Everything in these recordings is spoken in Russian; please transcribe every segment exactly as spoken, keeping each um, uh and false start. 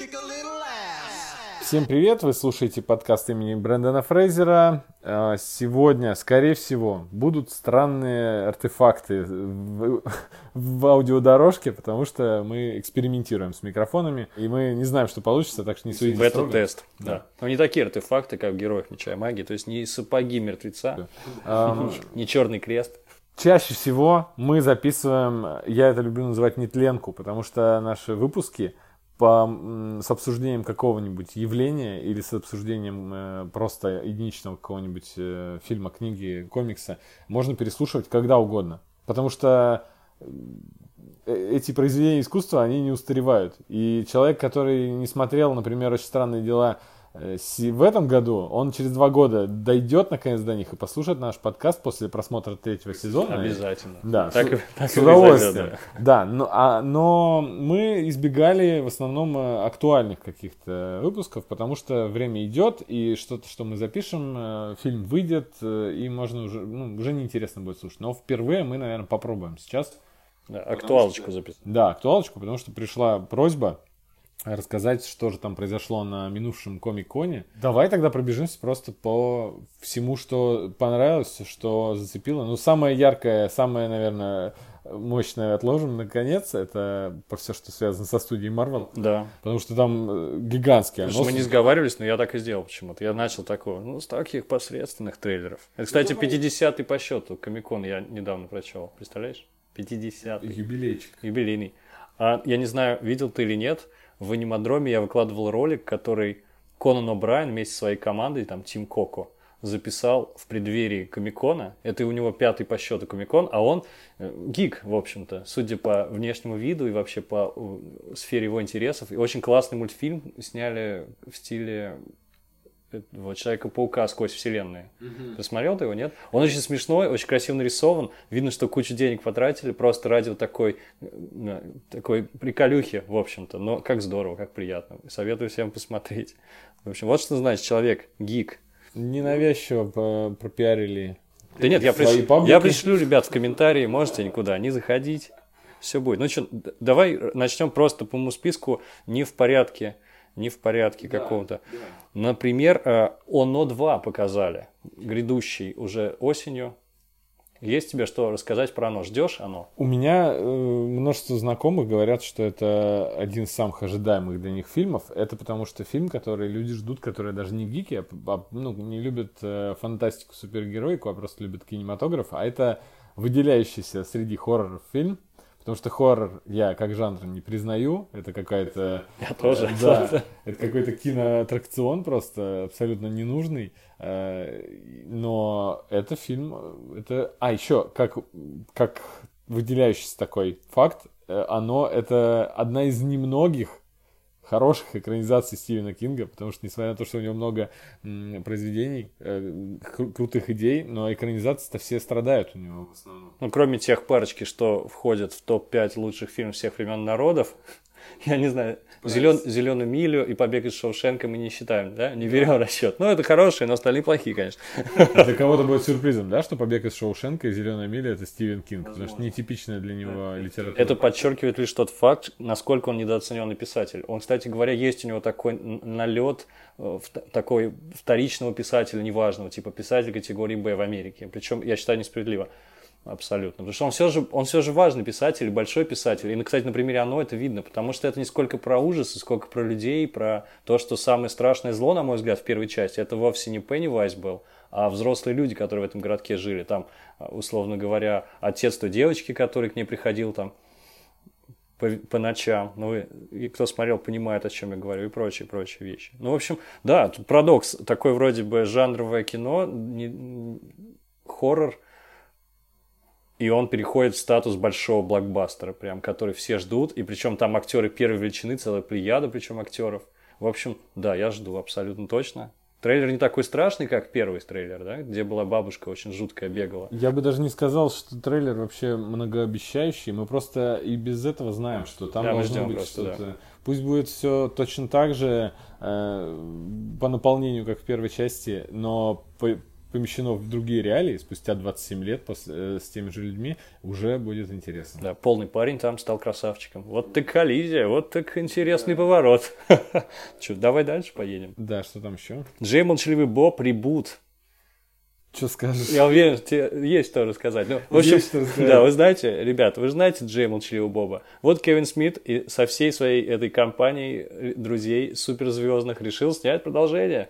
Всем привет, вы слушаете подкаст имени Брэндона Фрейзера. Сегодня, скорее всего, будут странные артефакты в, в аудиодорожке, потому что мы экспериментируем с микрофонами, и мы не знаем, что получится, так что не судите строго. Бета-тест, да. да. Но не такие артефакты, как в «Героях Меча и Магии», то есть не сапоги мертвеца, да. не черный крест. Чаще всего мы записываем, я это люблю называть нетленку, потому что наши выпуски по, с обсуждением какого-нибудь явления или с обсуждением э, просто единичного какого-нибудь э, фильма, книги, комикса можно переслушивать когда угодно. Потому что эти произведения искусства, они не устаревают. И человек, который не смотрел, например, «Очень странные дела» в этом году, он через два года дойдет наконец до них и послушает наш подкаст после просмотра третьего сезона. Обязательно. Да, так, с, так с удовольствием. Да, да но, а, но мы избегали в основном актуальных каких-то выпусков, потому что время идет, и что-то, что мы запишем, фильм выйдет, и можно уже, ну, уже неинтересно будет слушать. Но впервые мы, наверное, попробуем сейчас. Да, актуалочку записать. Да, актуалочку, потому что пришла просьба рассказать, что же там произошло на минувшем Комик-Коне. Давай тогда пробежимся просто по всему, что понравилось, что зацепило. Ну, самое яркое, самое, наверное, мощное отложим наконец. Это по все, что связано со студией Marvel. Да. Потому что там гигантский анонс. Мы не сговаривались, но я так и сделал почему-то. Я начал такого, ну, с таких посредственных трейлеров. Это, кстати, пятидесятый по счету Комик-Кон я недавно прочел. Представляешь? пятидесятый. Юбилейчик. Юбилейный. А, я не знаю, видел ты или нет, в анимадроме я выкладывал ролик, который Конан О'Брайен вместе со своей командой, там, Тим Коко, записал в преддверии Комик-Кона. Это у него пятый по счету Комик-Кон, а он э, гик, в общем-то, судя по внешнему виду и вообще по э, сфере его интересов. И очень классный мультфильм сняли в стиле вот, Человека-паука сквозь вселенные. Uh-huh. Ты смотрел ты его, нет? Он очень смешной, очень красиво нарисован. Видно, что кучу денег потратили просто ради вот такой, такой приколюхи, в общем-то. Но как здорово, как приятно. Советую всем посмотреть. В общем, вот что значит человек, гик. Ненавязчиво пропиарили. Да нет, я, приш... я пришлю, ребят, в комментарии, можете никуда не заходить. Все будет. Ну что, давай начнем просто по моему списку, не в порядке. Не в порядке да, каком-то. Да. Например, Оно два показали, грядущий уже осенью. Есть тебе что рассказать про Оно? Ждешь Оно? У меня э, множество знакомых говорят, что это один из самых ожидаемых для них фильмов. Это потому что фильм, который люди ждут, которые даже не гики, а, а ну, не любят э, фантастику, супергероику, а просто любят кинематограф. А это выделяющийся среди хорроров фильм. Потому что хоррор я как жанр не признаю, это какая-то... Я тоже. Да, это какой-то киноаттракцион просто абсолютно ненужный. Но это фильм... Это... А, еще, как, как выделяющийся такой факт, оно это одна из немногих хороших экранизаций Стивена Кинга, потому что, несмотря на то, что у него много м, произведений, э, кру- крутых идей, но экранизации-то все страдают у него в основном. Ну, кроме тех парочки, что входят в топ пять лучших фильмов всех времен народов, я не знаю, Зелен, «Зеленую милю» и «Побег из Шоушенка» мы не считаем, да? Не берем в расчет. Ну, это хорошие, но остальные плохие, конечно. Для кого-то будет сюрпризом, да, что «Побег из Шоушенка» и «Зеленая миля» — это Стивен Кинг, потому что нетипичная для него литература. Это подчеркивает лишь тот факт, насколько он недооцененный писатель. Он, кстати говоря, есть у него такой налет такой вторичного писателя, неважного, типа писатель категории «Б» в Америке. Причем, я считаю, несправедливо. Абсолютно. Потому что он все же, он все же важный писатель, большой писатель. И, кстати, на примере «Оно» это видно, потому что это не сколько про ужасы, сколько про людей, про то, что самое страшное зло, на мой взгляд, в первой части, это вовсе не Пеннивайз был, а взрослые люди, которые в этом городке жили. Там, условно говоря, отец той девочки, который к ней приходил там по, по ночам. Ну, и кто смотрел, понимает, о чем я говорю, и прочие, прочие вещи. Ну, в общем, да, тут парадокс. Такое вроде бы жанровое кино, не, хоррор, и он переходит в статус большого блокбастера, прям, который все ждут. И причем там актеры первой величины, целая плеяда, причем актеров. В общем, да, я жду абсолютно точно. Трейлер не такой страшный, как первый трейлер, да, где была бабушка очень жуткая, бегала. Я бы даже не сказал, что трейлер вообще многообещающий. Мы просто и без этого знаем, что там да, должно быть просто, что-то. Да. Пусть будет все точно так же э, по наполнению, как в первой части, но по, помещено в другие реалии, спустя двадцать семь лет после, э, с теми же людьми, уже будет интересно. Да, полный парень там стал красавчиком. Вот так коллизия, вот так интересный поворот. Че, давай дальше поедем. Да, что там еще? Джей Молчаливый Боб ребут. Что скажешь? Я уверен, тебе есть что рассказать. Ну, в общем, Есть что рассказать. да, вы знаете, ребят, вы знаете Джей Молчаливого Боба? Вот Кевин Смит и со всей своей этой компанией друзей суперзвездных решил снять продолжение.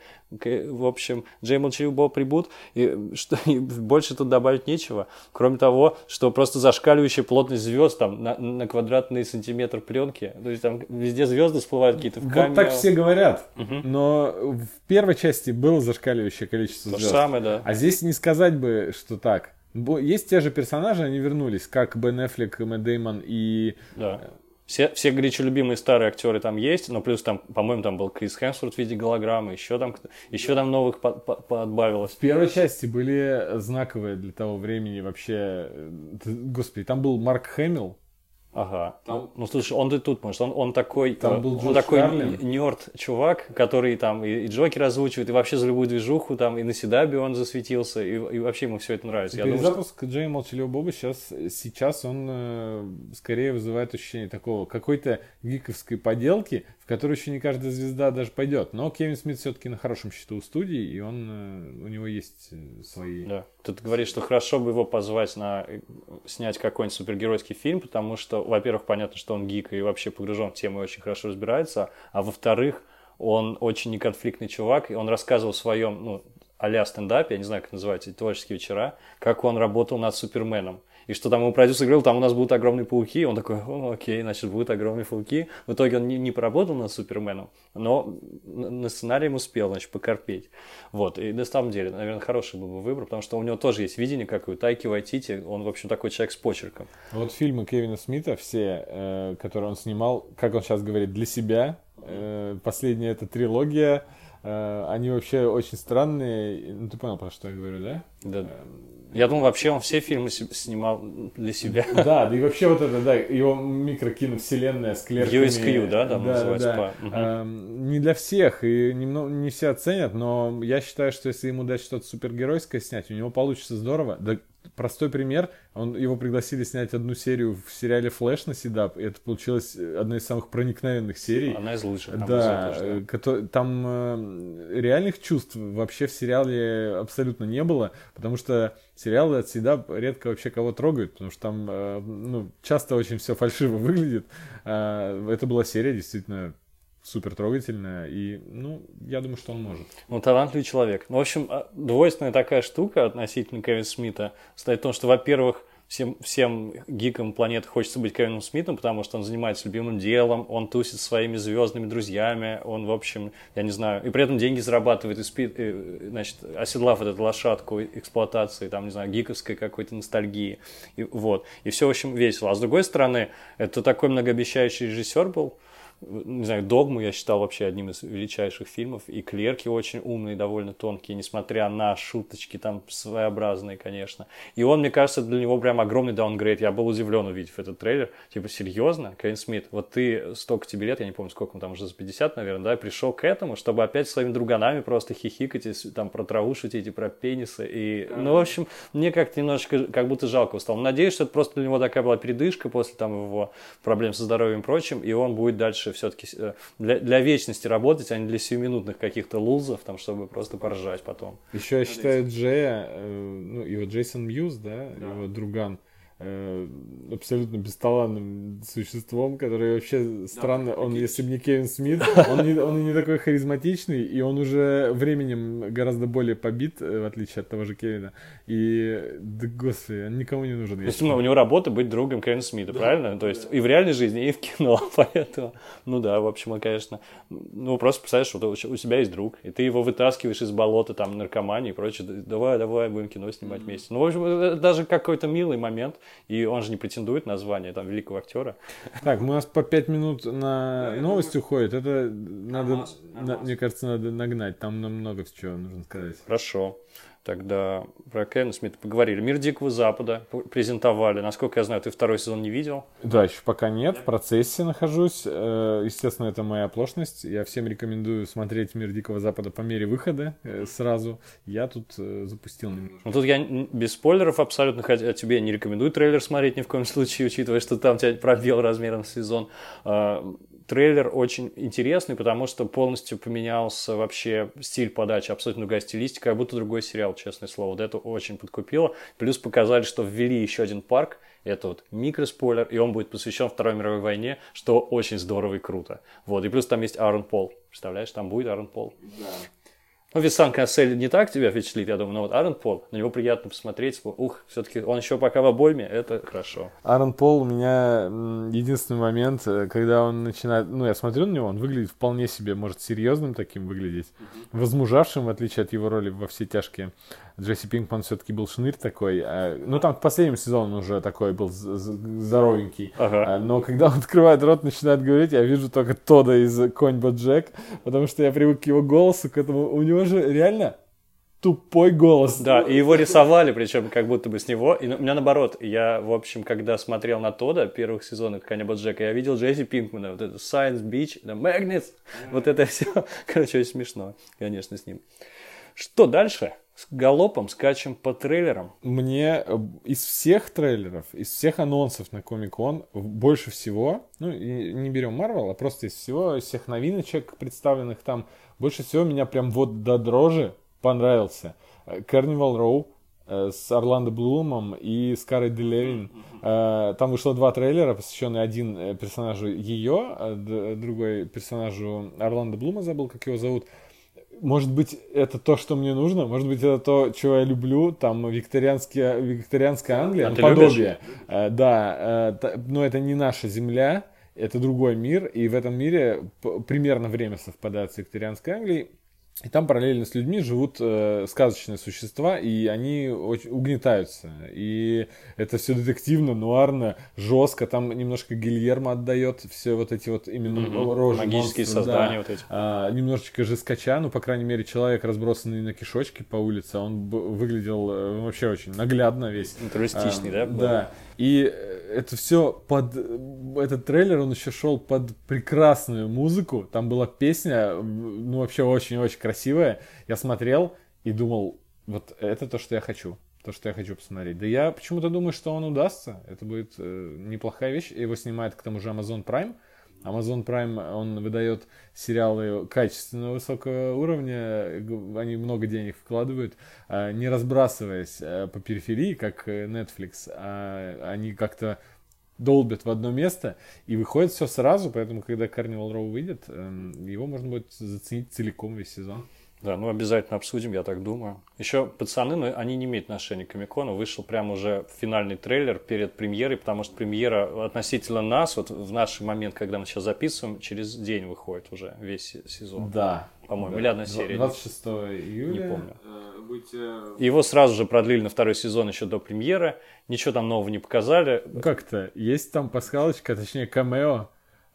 В общем, Джей Молчаливый Боб ребут. И, что, и больше тут добавить нечего. Кроме того, что просто зашкаливающая плотность звезд там на, на квадратный сантиметр пленки. То есть там везде звезды всплывают какие-то в камео. Вот так все говорят. Угу. Но в первой части было зашкаливающее количество То звезд. же самое, да. А здесь не сказать бы, что так. Есть те же персонажи, они вернулись, как Бен Аффлек, Мэтт Дэймон и... Да. Все, все горячо любимые старые актеры там есть, но плюс там, по-моему, там был Крис Хемсворт в виде голограммы, еще там, еще там новых по- по- подбавилось. В первой части были знаковые для того времени вообще... Господи, там был Марк Хэмилл. Ага. Там... Ну, слушай, он и тут, может, он, он такой, там был он такой нерд-чувак, который там и, и Джокер озвучивает, и вообще за любую движуху, там и на Седабе он засветился, и, и вообще ему все это нравится. Перезапуск что... Джея Молчаливого Боба сейчас, сейчас он э, скорее вызывает ощущение такого какой-то гиковской поделки, в которую еще не каждая звезда даже пойдет. Но Кевин Смит все-таки на хорошем счету у студии, и он, э, у него есть свои... Да. Ты говоришь, что хорошо бы его позвать на снять какой-нибудь супергеройский фильм, потому что, во-первых, понятно, что он гик и вообще погружен в тему и очень хорошо разбирается, а во-вторых, он очень неконфликтный чувак, и он рассказывал в своем, ну, а-ля стендапе, я не знаю, как называется, творческие вечера, как он работал над Суперменом. И что там ему продюсер говорил, там у нас будут огромные пауки. Он такой, о, окей, значит, будут огромные пауки. В итоге он не, не поработал над Суперменом, но на сценарий успел, значит, покорпеть. Вот, и на самом деле, наверное, хороший был бы выбор, потому что у него тоже есть видение, как у Тайки Вайтити. Он, в общем, такой человек с почерком. Вот фильмы Кевина Смита, все, э, которые он снимал, как он сейчас говорит, для себя. Э, последняя эта трилогия. Uh, они вообще очень странные. Ну, ты понял, про что я говорю, да? Да. Uh, я думал, вообще он все фильмы снимал для себя. Да, да и вообще вот это, да, его микрокиновселенная с клерками. ю эс кью, да, там да, называется. Да. По... Угу. Uh, не для всех, и не, не все оценят, но я считаю, что если ему дать что-то супергеройское снять, у него получится здорово. Да, простой пример, он, его пригласили снять одну серию в сериале «Флэш» на Седап, и это получилось одна из самых проникновенных серий. Одна из лучших. Там да, тоже, да. Ко- там э, реальных чувств вообще в сериале абсолютно не было, потому что сериалы от Седап редко вообще кого трогают, потому что там э, ну, часто очень все фальшиво выглядит. Э, это была серия действительно супер трогательная, и, ну, я думаю, что он может. Ну, талантливый человек. Ну, в общем, двойственная такая штука относительно Кевина Смита стоит в том, что, во-первых, всем, всем гикам планеты хочется быть Кевином Смитом, потому что он занимается любимым делом, он тусит со своими звездными друзьями, он, в общем, я не знаю, и при этом деньги зарабатывает, и спит, и, значит, оседлав вот эту лошадку эксплуатации, там, не знаю, гиковской какой-то ностальгии, и, вот, и все, в общем, весело. А с другой стороны, это такой многообещающий режиссер был, не знаю, «Догму» я считал вообще одним из величайших фильмов, и «Клерки» очень умные, довольно тонкие, несмотря на шуточки там своеобразные, конечно. И он, мне кажется, для него прям огромный даунгрейд. Я был удивлен, увидев этот трейлер. Типа, серьезно, Кевин Смит, вот ты, столько тебе лет, я не помню, сколько он там уже, за пятьдесят, наверное, да, пришел к этому, чтобы опять своими друганами просто хихикать, и, там, про траву шутить и про пенисы. И, ну, в общем, мне как-то немножечко, как будто жалко стало. Надеюсь, что это просто для него такая была передышка после там его проблем со здоровьем и прочим, и он будет дальше все-таки для, для вечности работать, а не для сиюминутных каких-то лузов, там, чтобы просто поржать потом. Еще я считаю Джея, э, ну, его Джейсон Мьюз, да, да. его друган, э, абсолютно бесталанным существом, который вообще странно, да, он, если бы не Кевин Смит, он не, он не такой харизматичный, и он уже временем гораздо более побит, в отличие от того же Кевина, и, да господи, он никому не нужен. То есть, у него работа быть другом Кевина Смита, да, правильно? Да, то есть, да. И в реальной жизни, и в кино, поэтому, ну да, в общем, он, конечно, ну просто представляешь, что у тебя есть друг, и ты его вытаскиваешь из болота, там, наркомании и прочее, давай, давай, будем кино снимать mm-hmm. вместе. Ну, в общем, это даже какой-то милый момент. И он же не претендует на звание там великого актера. Так, у нас по пять минут на да, новости уходит. Это надо, на на, мне кажется, надо нагнать. Там нам много чего нужно сказать. Хорошо. Тогда про Кевина Смита поговорили. «Мир Дикого Запада» презентовали. Насколько я знаю, ты второй сезон не видел? Да, еще пока нет. В процессе нахожусь. Естественно, это моя оплошность. Я всем рекомендую смотреть «Мир Дикого Запада» по мере выхода сразу. Я тут запустил немножко. Ну, тут я без спойлеров абсолютно, хотя тебе не рекомендую трейлер смотреть ни в коем случае, учитывая, что там тебя пробел размером с сезон. Трейлер очень интересный, потому что полностью поменялся вообще стиль подачи, абсолютно другая стилистика, как будто другой сериал, честное слово. Вот это очень подкупило. Плюс показали, что ввели еще один парк, это вот микроспойлер, и он будет посвящен Второй мировой войне, что очень здорово и круто. Вот, и плюс там есть Аарон Пол. Представляешь, там будет Аарон Пол. Да. Ну, Висан Кассель не так тебя впечатлит, я думаю, но вот Аарон Пол, на него приятно посмотреть. Ух, все-таки он еще пока в обойме, это хорошо. Аарон Пол у меня единственный момент, когда он начинает, ну, я смотрю на него, он выглядит вполне себе, может, серьезным таким выглядеть, mm-hmm. возмужавшим, в отличие от его роли во «Все тяжкие». Джесси Пинкман все-таки был шнырь такой, ну, там к последнему сезону он уже такой был здоровенький, ага. но когда он открывает рот, начинает говорить, я вижу только Тодда из «Конь Боджек», потому что я привык к его голосу, к этому, у него же реально тупой голос. Да, и его рисовали, причем как будто бы с него. И у меня наоборот, я, в общем, когда смотрел на Тодда первых сезонов «Коня Боджека», я видел Джесси Пинкмана, вот это Science Beach, Magnets, вот это все. Короче, очень смешно, конечно, с ним. Что дальше? С галопом скачем по трейлерам. Мне из всех трейлеров, из всех анонсов на Комик-кон больше всего, ну, не берем Marvel, а просто из всего, из всех новиночек, представленных там, больше всего меня прям вот до дрожи понравился Carnival Row с Орландо Блумом и Скарлетт Делевин. Там вышло два трейлера, посвященные один персонажу ее, а другой персонажу Орландо Блума, забыл, как его зовут. Может быть, это то, что мне нужно? Может быть, это то, чего я люблю? Там викторианская, викторианская Англия, а ну, ты подобие. Uh, да, uh, но это не наша земля, это другой мир, и в этом мире примерно время совпадает с викторианской Англией. И там параллельно с людьми живут э, сказочные существа, и они очень угнетаются. И это все детективно, нуарно, жестко. Там немножко Гильермо отдает все вот эти вот именно mm-hmm. рожи. Магические монстров, создания да. вот эти. А, немножечко жескача, ну, по крайней мере, человек, разбросанный на кишочке по улице, он б- выглядел э, вообще очень наглядно весь. Туристичный, а, да? Да. И это все под... Этот трейлер, он еще шел под прекрасную музыку. Там была песня, ну, вообще очень-очень красивая. Я смотрел и думал, вот это то, что я хочу. То, что я хочу посмотреть. Да я почему-то думаю, что он удастся. Это будет э, неплохая вещь. Его снимает, к тому же, Amazon Prime. Amazon Prime, он выдает сериалы качественного высокого уровня, они много денег вкладывают, не разбрасываясь по периферии, как Netflix, а они как-то долбят в одно место, и выходит все сразу, поэтому, когда Carnival Row выйдет, его можно будет заценить целиком весь сезон. Да, ну обязательно обсудим, я так думаю. Еще «Пацаны», но они не имеют отношения к Комик-кону. Вышел прямо уже финальный трейлер перед премьерой, потому что премьера относительно нас, вот в наш момент, когда мы сейчас записываем, через день выходит уже весь сезон. Да. По-моему, да. или одна серия. двадцать шестого июля. Не помню. Э, будьте... Его сразу же продлили на второй сезон еще до премьеры. Ничего там нового не показали. Как-то. Есть там пасхалочка, точнее камео.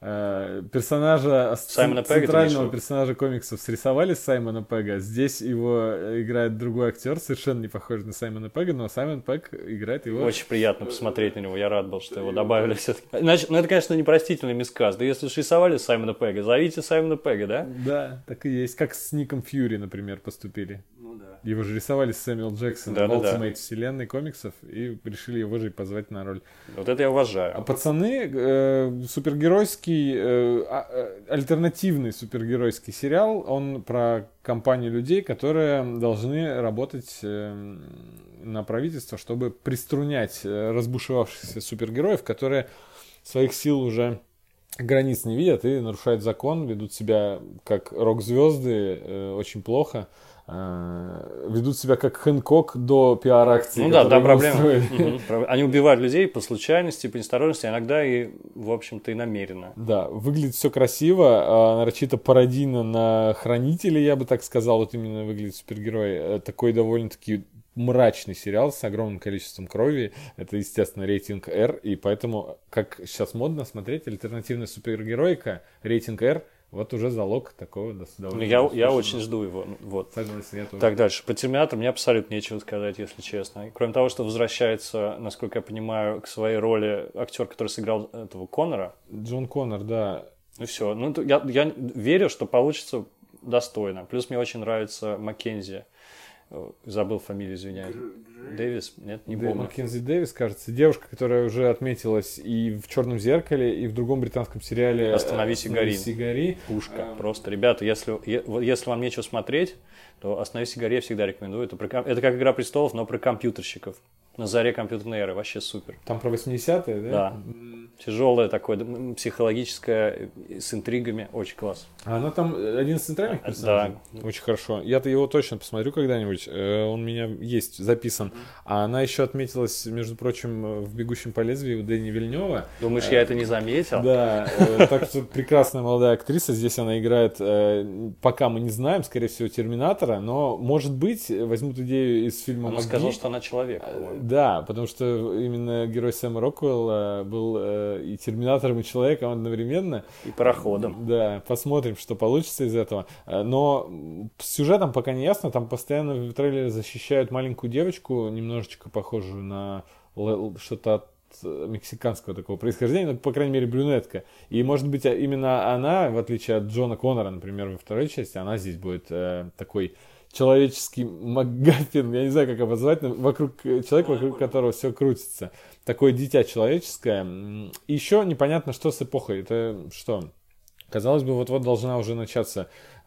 Персонажа, Саймона Пегга, центрального персонажа комиксов срисовали Саймона Пегга. Здесь его играет другой актер, совершенно не похожий на Саймона Пегга, но Саймон Пегг играет его. Очень приятно посмотреть на него, я рад был, что его добавили все-таки. Значит, ну это, конечно, непростительный мисказ. Да если уж рисовали Саймона Пегга, зовите Саймона Пегга, да? Да, так и есть. Как с Ником Фьюри, например, поступили. Ну да. Его же рисовали с Сэмюэл Джексоном да, в да, Ultimate да. вселенной комиксов, и решили его же и позвать на роль. Вот это я уважаю. А «Пацаны» э, супергеройский, э, э, альтернативный супергеройский сериал, он про компанию людей, которые должны работать э, на правительство, чтобы приструнять разбушевавшихся супергероев, которые своих сил уже границ не видят и нарушают закон, ведут себя как рок-звезды, э, очень плохо. Ведут себя как Хэнкок до пиар-акции. Ну да, да, проблема. Угу. Они убивают людей по случайности, по неосторожности, а иногда и, в общем-то, и намеренно. Да, выглядит все красиво, нарочито пародийно на Хранителей, я бы так сказал, вот именно выглядит супергерой. Такой довольно-таки мрачный сериал с огромным количеством крови. Это, естественно, рейтинг R, и поэтому, как сейчас модно смотреть, альтернативная супергеройка, рейтинг R, Вот уже залог такого довольно. Я, я очень жду его. Вот. Согласен, я тоже. Так, дальше. По «Терминатору» мне абсолютно нечего сказать, если честно. Кроме того, что возвращается, насколько я понимаю, к своей роли актер, который сыграл этого Коннора. Джон Коннор, да. Ну все. Ну, я, я верю, что получится достойно. Плюс мне очень нравится Маккензи. Забыл фамилию, извиняюсь. Дэвис? Нет, не помню. Маккензи Дэвис, кажется, девушка, которая уже отметилась и в «Черном зеркале», и в другом британском сериале «Остановись и гори». «Остановись и гори». Пушка. А... Просто, ребята, если, если вам нечего смотреть, то «Остановись и гори» я всегда рекомендую. Это, про, это как «Игра престолов», но про компьютерщиков. На заре компьютерной эры. Вообще супер. Там про восьмидесятые, да? Да. Тяжелое такое, психологическое, с интригами. Очень класс. А она там один из центральных персонажей? Да. Очень хорошо. Я-то его точно посмотрю когда-нибудь. Он у меня есть записан. А она еще отметилась, между прочим, в «Бегущем по лезвию» у Дэни Вильнева. Думаешь, я это не заметил? Да. Так что прекрасная молодая актриса. Здесь она играет, пока мы не знаем, скорее всего, «Терминатора». Но, может быть, возьмут идею из фильма Она «Мозги». сказала, что она человек. Да, потому что именно герой Сэма Роквелла был и терминатором, и человеком одновременно. И пароходом. Да, посмотрим, что получится из этого. Но с сюжетом пока не ясно. Там постоянно в трейлере защищают маленькую девочку, немножечко похожую на что-то от мексиканского такого происхождения, ну, по крайней мере, брюнетка. И, может быть, именно она, в отличие от Джона Коннора, например, во второй части, она здесь будет э, такой... человеческий МакГаффин, я не знаю, как обозвать, но вокруг человека, вокруг которого все крутится. Такое дитя человеческое. И еще непонятно, что с эпохой. Это что? Казалось бы, вот-вот должна уже начаться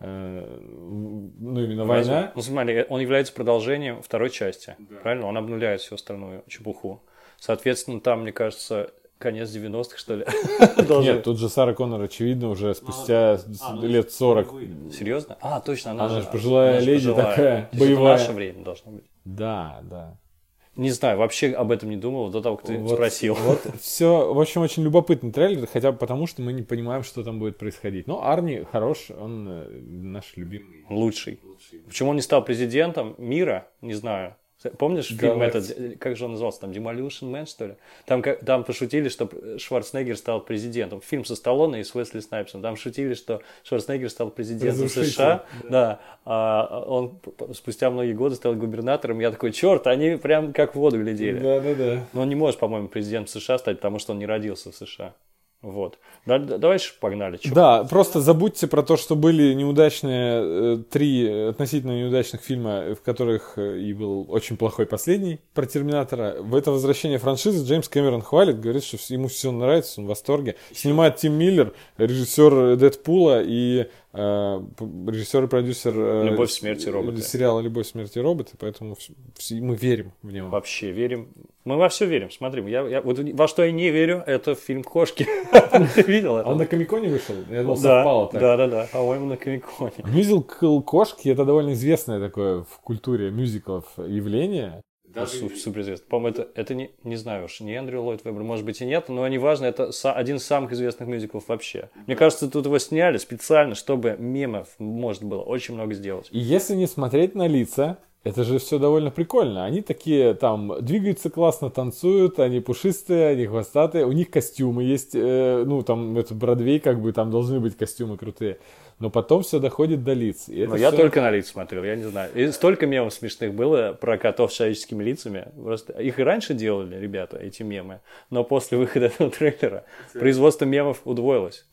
э, ну, именно война. Ну, смотри, он является продолжением второй части. Да. Правильно? Он обнуляет всю остальную чепуху. Соответственно, там, мне кажется... Конец девяностых, что ли? Нет, тут же Сара Коннор, очевидно, уже спустя а, лет сорок. Серьезно? А, точно, она, она же же пожилая леди пожилая. Такая, боевая. Это наше время должно быть. Да, да. Не знаю, вообще об этом не думал до того, как ты вот, спросил. Вот все, в общем, очень любопытный трейлер, хотя бы потому, что мы не понимаем, что там будет происходить. Но Арни хорош, он э, наш любимый. Лучший. Лучший. Почему он не стал президентом мира, не знаю. Помнишь фильм этот, как же он назывался, там, Demolition Man, что ли? Там, там пошутили, что Шварценеггер стал президентом. Фильм со Сталлоне и с Уэсли Снайпсом. Там шутили, что Шварценеггер стал президентом США. Да. да. А он спустя многие годы стал губернатором. Я такой, черт, они прям как в воду глядели. Да, да, да. Но он не может, по-моему, президентом США стать, потому что он не родился в США. Вот. Да, давай же погнали. Чё? Да, просто забудьте про то, что были неудачные, э, три относительно неудачных фильма, в которых э, и был очень плохой последний про Терминатора. В это возвращение франшизы Джеймс Кэмерон хвалит, говорит, что ему все нравится, он в восторге. Снимает Тим Миллер, режиссер Дэдпула и э, режиссер и продюсер э, «Любовь, смерть и роботы». Сериала «Любовь, смерть и роботы», поэтому в, в, мы верим в него. Вообще верим. Мы во все верим. Смотри, я, я, вот во что я не верю, это фильм «Кошки». Ты видел это? Он на Комиконе вышел? Я думал, да, совпало так. Да, да, да. По-моему, на Комиконе. Мюзикл «Кошки» — это довольно известное такое в культуре мюзиклов явление. Да, супер, супер известно. По-моему, это, это не, не знаю уж, не Эндрю Ллойд Веббер, может быть и нет, но неважно, это один из самых известных мюзиклов вообще. Мне кажется, тут его сняли специально, чтобы мемов можно было очень много сделать. И если не смотреть на лица, это же все довольно прикольно. Они такие там двигаются классно, танцуют, они пушистые, они хвостатые, у них костюмы есть, э, ну там это Бродвей, как бы там должны быть костюмы крутые. Но потом все доходит до лиц. И Но я все... только на лица смотрел, я не знаю. И столько мемов смешных было про котов с человеческими лицами. Просто их и раньше делали, ребята, эти мемы. Но после выхода этого трейлера производство мемов удвоилось.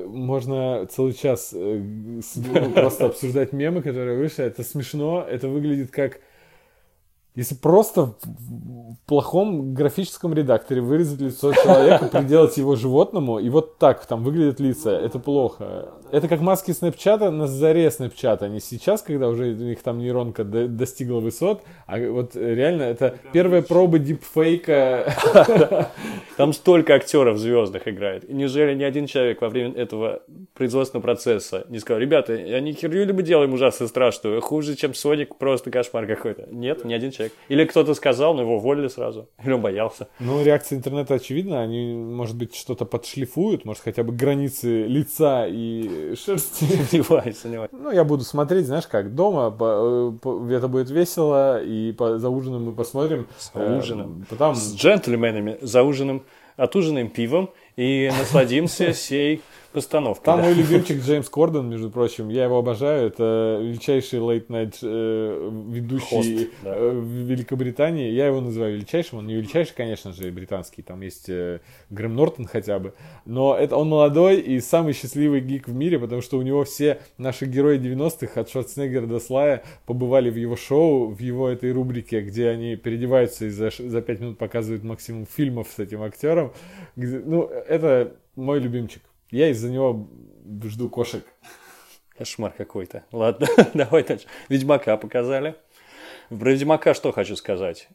Можно целый час ну, просто обсуждать мемы, которые вышли. Это смешно, это выглядит как... Если просто в плохом графическом редакторе вырезать лицо человека, приделать его животному, и вот так там выглядят лица, это плохо. Это как маски Снэпчата на заре Снэпчата, не сейчас, когда уже у них там нейронка до- достигла высот, а вот реально это первые пробы дипфейка. Там столько актеров звездных играет. И неужели ни один человек во время этого производственного процесса не сказал, ребята, я не херню ли мы делаем ужасно страшную, хуже, чем Соник, просто кошмар какой-то. Нет, ни один человек. Или кто-то сказал, но его уволили сразу. Или он боялся. Ну, реакция интернета очевидна. Они, может быть, что-то подшлифуют. Может, хотя бы границы лица и шерсти. Сомневаюсь, сомневаюсь. Ну, я буду смотреть, знаешь как, дома. По, по, это будет весело. И по, за ужином мы посмотрим. За ужином. Э, потом... С джентльменами за ужином. Отужинаем пивом и насладимся сей постановкой. Там да. мой любимчик Джеймс Корден, между прочим, я его обожаю, это величайший лейт-найт э, ведущий Хост, да. э, в Великобритании, я его называю величайшим, он не величайший, конечно же, британский, там есть э, Грэм Нортон хотя бы, но это он молодой и самый счастливый гик в мире, потому что у него все наши герои девяностых, от Шварценеггера до Слая, побывали в его шоу, в его этой рубрике, где они переодеваются и за, за пять минут показывают максимум фильмов с этим актером. Где, ну, это мой любимчик. Я из-за него жду кошек. Кошмар какой-то. Ладно, давай дальше. Ведьмака показали. Про Ведьмака что хочу сказать.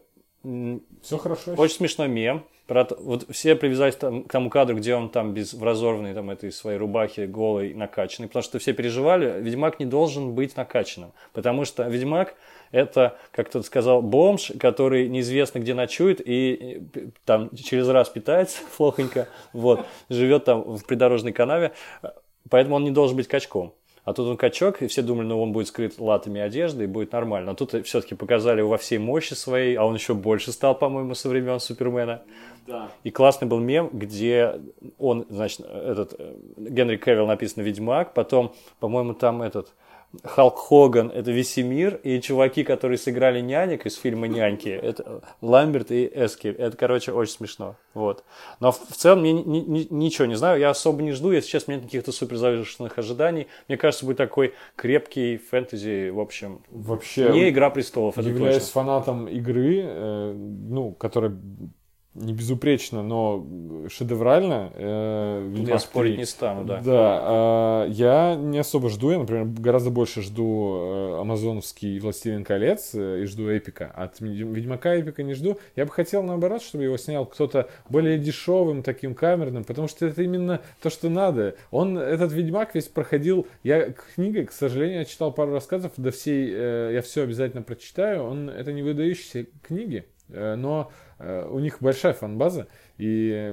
Все хорошо. Очень смешной мем. Про, вот все привязались там, к тому кадру, где он там без, в разорванной там, этой своей рубахе голой накачанный, потому что все переживали, Ведьмак не должен быть накачанным, потому что Ведьмак это, как кто-то сказал, бомж, который неизвестно где ночует и там через раз питается плохонько, вот, живет там в придорожной канаве, поэтому он не должен быть качком. А тут он качок, и все думали, ну он будет скрыт латами одежды, и будет нормально. А тут все-таки показали его во всей мощи своей, а он еще больше стал, по-моему, со времен Супермена. Да. И классный был мем, где он, значит, этот Генри Кевилл написано «Ведьмак», потом, по-моему, там этот Халк Хоган, это Весемир, и чуваки, которые сыграли нянек из фильма «Няньки», это Ламберт и Эски. Это, короче, очень смешно. Вот. Но в целом я ни, ни, ничего не знаю, я особо не жду, если честно, нет каких-то суперзавышенных ожиданий. Мне кажется, будет такой крепкий фэнтези, в общем, вообще не «Игра престолов», это являюсь точно. фанатом игры, э, ну, которая не безупречно, но шедеврально. Э, я спорить не стану, да. Да, э, я не особо жду, я, например, гораздо больше жду э, амазоновский «Властелин колец» э, и жду эпика. От Ведьмака эпика не жду. Я бы хотел, наоборот, чтобы его снял кто-то более дешевым, таким камерным, потому что это именно то, что надо. Он, этот Ведьмак весь проходил... Я книгой, к сожалению, я читал пару рассказов, до всей... Э, я все обязательно прочитаю. Он, это не выдающиеся книги, э, но... У них большая фан-база, и,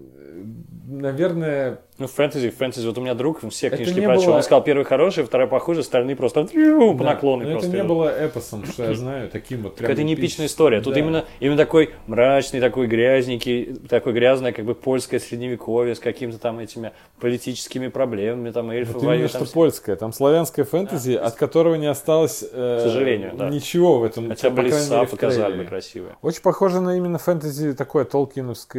наверное... Ну, фэнтези, фэнтези. Вот у меня друг, все книжки не прочел. было... Он сказал, первый хороший, второй похуже, остальные просто да, по наклону. Это не было эпосом, что я знаю, таким вот прям... Это не эпичная история. Тут да. именно, именно такой мрачный, такой грязненький, такой грязное, как бы польское средневековье с какими-то там этими политическими проблемами, там эльфы вот воюют. Именно там... что польское. Там славянское фэнтези, да. от которого не осталось э, к сожалению, да. ничего в этом. Хотя бы леса показали бы красивые. Очень похоже на именно фэнтези такое толкиновское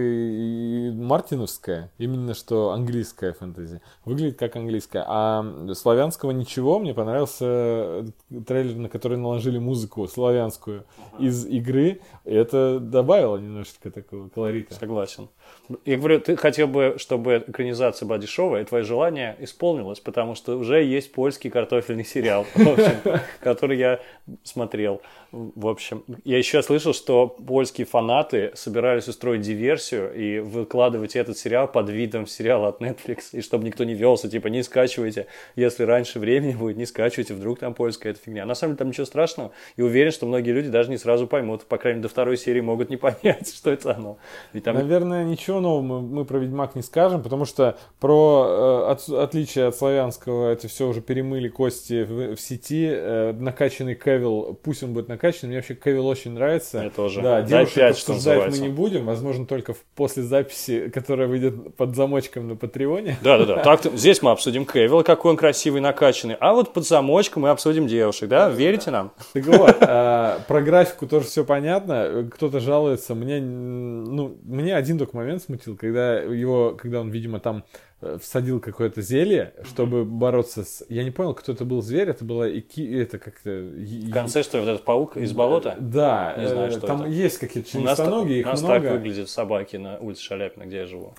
и мартиновское. Именно что английское фэнтези. Выглядит как английское. А славянского ничего. Мне понравился трейлер, на который наложили музыку славянскую ага. из игры. И это добавило немножечко такого колорита. Согласен. Я говорю, ты хотел бы, чтобы экранизация была дешевая, и твое желание исполнилось, потому что уже есть польский картофельный сериал, в общем, который я смотрел. В общем, я еще слышал, что польские фанаты собирались устроить диверсию и выкладывать этот сериал под видом сериала от Netflix, и чтобы никто не велся, типа, не скачивайте, если раньше времени будет, не скачивайте, вдруг там польская эта фигня. На самом деле там ничего страшного, и уверен, что многие люди даже не сразу поймут, по крайней мере, до второй серии могут не понять, что это оно. Ведь там... Наверное, ничего нового мы, мы про Ведьмак не скажем, потому что про э, от, отличие от славянского это все уже перемыли кости в, в сети. Э, накачанный Кевилл, пусть он будет накачанный, мне вообще Кевилл очень нравится. Мне тоже. Да, Дай девушек пять, обсуждать мы не будем, возможно, только в, после записи, которая выйдет под замочком на Патреоне. Да-да-да, так здесь мы обсудим Кевилла, какой он красивый, накачанный, а вот под замочком мы обсудим девушек, да? Верите нам? Так вот, э, про графику тоже все понятно. Кто-то жалуется, мне, ну, мне один только момент смутил, когда его, когда он, видимо, там всадил какое-то зелье, чтобы бороться с... Я не понял, кто это был зверь, это была ики... это как-то... В конце, что ли, вот этот паук из болота? Да, не знаю, что там это. есть какие-то членистоногие, их много. У нас много. так выглядят собаки на улице Шаляпина, где я живу.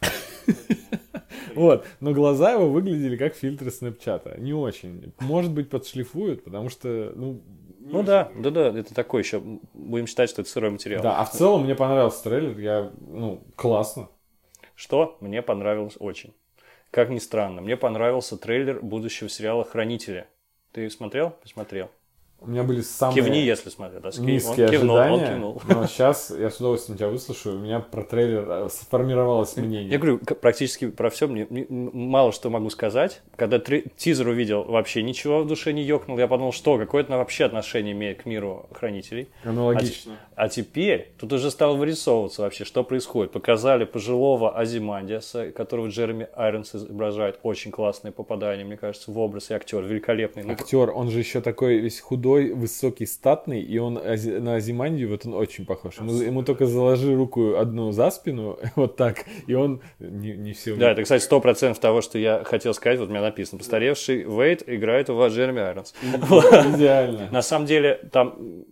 Вот, но глаза его выглядели как фильтры Снэпчата. Не очень. Может быть, подшлифуют, потому что, ну... Ну да, да, да, это такой еще, будем считать, что это сырой материал. Да, а в целом мне понравился трейлер, я, ну, классно. Что мне понравилось очень. Как ни странно, мне понравился трейлер будущего сериала «Хранители». Ты смотрел? Посмотрел. У меня были самые Кивни, если смотрят. Да, низкие он кивнул, ожидания, он кивнул. но сейчас я с удовольствием тебя выслушаю. У меня про трейлер сформировалось мнение. Я говорю, практически про все, мне мало что могу сказать. Когда тизер увидел, вообще ничего в душе не ёкнул. Я подумал, что какое-то вообще отношение имеет к миру Хранителей. Аналогично. А, а теперь тут уже стало вырисовываться вообще, что происходит. Показали пожилого Азимандиаса, которого Джереми Айронс изображает. Очень классное попадание, мне кажется, в образ. И актер великолепный. Актер, он же еще такой весь худой, высокий, статный, и он ази- на Азимандию, вот он очень похож. Ему, ему только заложи руку одну за спину, вот так, и он не, не все... Да, это, кстати, сто процентов того, что я хотел сказать, вот у меня написано. Постаревший Уэйд играет у вас Джереми Айронс. Идеально. На самом деле, там,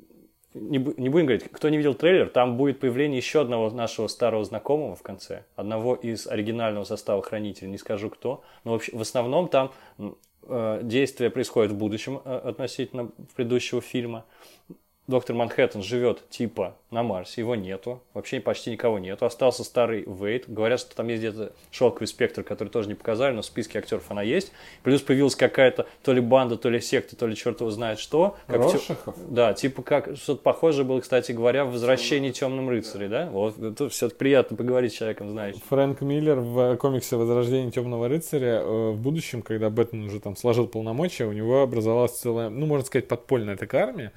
не, не будем говорить, кто не видел трейлер, там будет появление еще одного нашего старого знакомого в конце, одного из оригинального состава Хранителей, не скажу кто, но вообще, в основном там э, действие происходит в будущем э, относительно предыдущего фильма. Доктор Манхэттен живет типа на Марсе, его нету, вообще почти никого нету. Остался старый Уэйд. Говорят, что там есть где-то шелковый спектр, который тоже не показали, но в списке актеров она есть. Плюс появилась какая-то то ли банда, то ли секта, то ли черт его знает что. Как Роршахов? Те... Да, типа как что-то похожее было, кстати говоря, в «Возвращении темным рыцарей», да? Вот, это все-таки приятно поговорить с человеком, знаешь. Фрэнк Миллер в комиксе «Возрождение темного рыцаря» в будущем, когда Бэтмен уже там сложил полномочия, у него образовалась целая, ну, можно сказать, подпольная такая армия,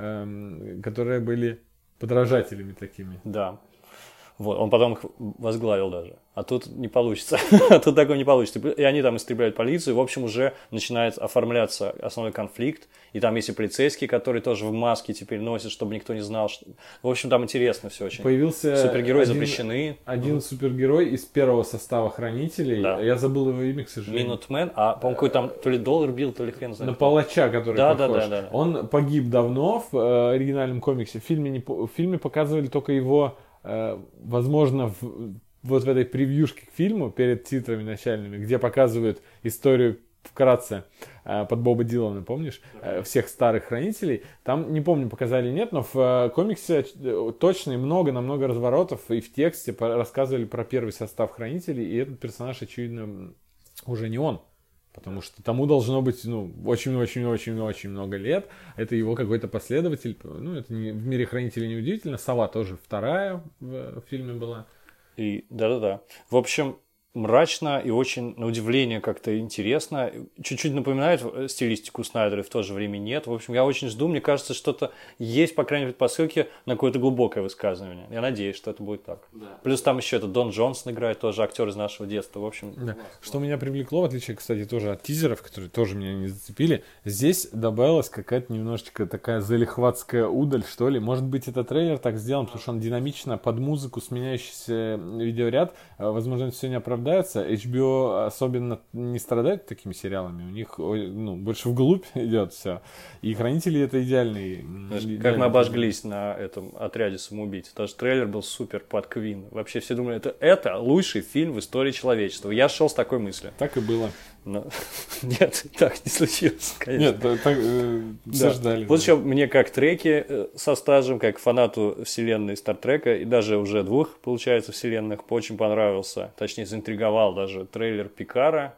эм, которые были подражателями такими. Да. Вот, он потом их возглавил даже. А тут не получится. А тут такого не получится. И они там истребляют полицию. И, в общем, уже начинает оформляться основной конфликт. И там есть и полицейские, которые тоже в маске теперь носят, чтобы никто не знал. Что... В общем, там интересно все очень. Появился супергерои один, запрещены. Один супергерой из первого состава Хранителей. Да. Я забыл его имя, к сожалению. Минутмен. А, по-моему, какой там то ли доллар бил, то ли хрен знает. На палача, который да, похож. Да, да, да. Он погиб давно в э, оригинальном комиксе. В фильме, не, в фильме показывали только его... возможно, в, вот в этой превьюшке к фильму перед титрами начальными, где показывают историю вкратце под Боба Дилана, помнишь, всех старых хранителей, там, не помню, показали нет, но в комиксе точно и много, намного разворотов, и в тексте рассказывали про первый состав хранителей, и этот персонаж, очевидно, уже не он. Потому что тому должно быть, ну, очень-очень-очень-очень много лет. Это его какой-то последователь. Ну, это не, в мире Хранителей неудивительно. Сова тоже вторая в, в фильме была. И да-да-да. В общем, мрачно и очень, на удивление, как-то интересно. Чуть-чуть напоминает стилистику Снайдера, и в то же время нет. В общем, я очень жду. Мне кажется, что-то есть, по крайней мере, посылки на какое-то глубокое высказывание. Я надеюсь, что это будет так. Да. Плюс там еще это Дон Джонсон играет, тоже актер из нашего детства. В общем, да. Что меня привлекло, в отличие, кстати, тоже от тизеров, которые тоже меня не зацепили, здесь добавилась какая-то немножечко такая залихватская удаль, что ли. Может быть, это трейлер так сделан, потому что он динамично под музыку сменяющийся видеоряд. Возможно, это все не оправдано. эйч би о особенно не страдает такими сериалами. У них, ну, больше вглубь идет все. И «Хранители» — это идеальный... Знаешь, идеальный как мы обожглись на этом отряде самоубийц. Даже трейлер был супер под Квин. Вообще все думали, это, это лучший фильм в истории человечества. Я шел с такой мыслью. Так и было. Но... Нет, так не случилось, конечно. Нет, так э, все да. ждали. Вот да. еще мне как треки э, со стажем, как фанату вселенной Стартрека, и даже уже двух, получается, вселенных, очень понравился, точнее, заинтриговал даже трейлер Пикара,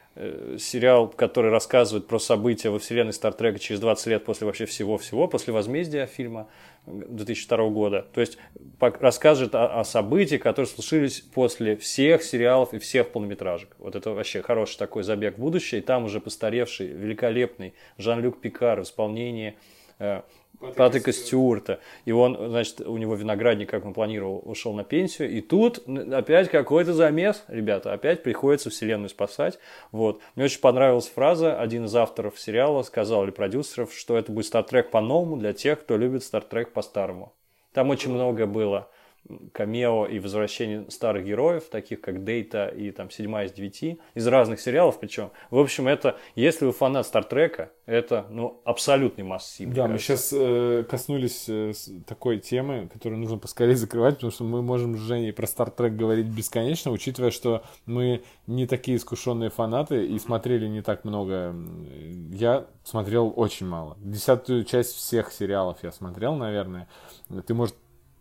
э, сериал, который рассказывает про события во вселенной Стартрека через двадцать лет после вообще всего-всего, после возмездия фильма две тысячи второго года. То есть расскажет о, о событиях, которые случились после всех сериалов и всех полнометражек. Вот это вообще хороший такой забег в будущее. И там уже постаревший, великолепный Жан-Люк Пикар в исполнении э, Патрика Стюарта. И он, значит, у него виноградник, как он планировал, ушел на пенсию. И тут опять какой-то замес, ребята. Опять приходится вселенную спасать. Вот. Мне очень понравилась фраза. Один из авторов сериала сказал, или продюсеров, что это будет Стартрек по-новому для тех, кто любит Стартрек по-старому. Там очень много было камео и возвращение старых героев, таких как Дейта и там седьмая из девяти, из разных сериалов причем. В общем, это, если вы фанат Стартрека, это, ну, абсолютный массив. Да, мы сейчас э, коснулись э, такой темы, которую нужно поскорее закрывать, потому что мы можем с Женей про Стартрек говорить бесконечно, учитывая, что мы не такие искушенные фанаты и смотрели не так много. Я смотрел очень мало. Десятую часть всех сериалов я смотрел, наверное. Ты, может,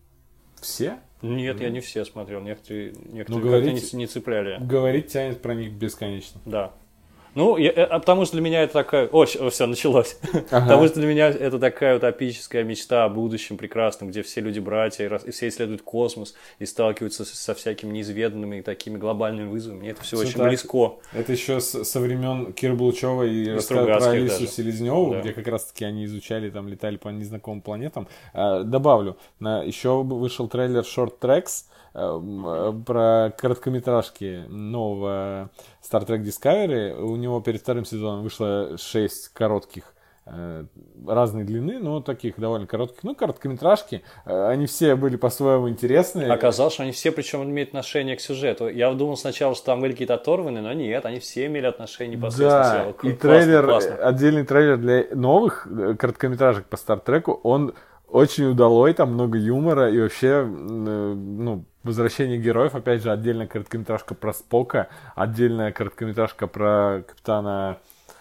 все? Нет, mm. я не все смотрел. Некоторые, некоторые говорить, не, не цепляли. Говорить тянет про них бесконечно. Да. Ну, я, а потому что для меня это такая... О, все, началось. Ага. Потому что для меня это такая утопическая мечта о будущем прекрасном, где все люди братья, и все исследуют космос и сталкиваются со всякими неизведанными и такими глобальными вызовами. Мне это все, все очень так. близко. Это еще с, со времен Киры Булычева и, и рассказы про Алису даже. Селезневу, да. где как раз-таки они изучали, там летали по незнакомым планетам. А, добавлю, на, еще вышел трейлер Short Tracks, про короткометражки нового Star Trek Discovery. У него перед вторым сезоном вышло шесть коротких разной длины, но таких довольно коротких. Ну, короткометражки. Они все были по-своему интересные. Оказалось, что они все, причем, имеют отношение к сюжету. Я думал сначала, что там были какие-то оторванные, но нет, они все имели отношение непосредственно. Да, и трейлер, классно. Отдельный трейлер для новых короткометражек по Star Trek, он очень удалой, там много юмора и вообще, ну, возвращение героев, опять же, отдельная короткометражка про Спока, отдельная короткометражка про капитана...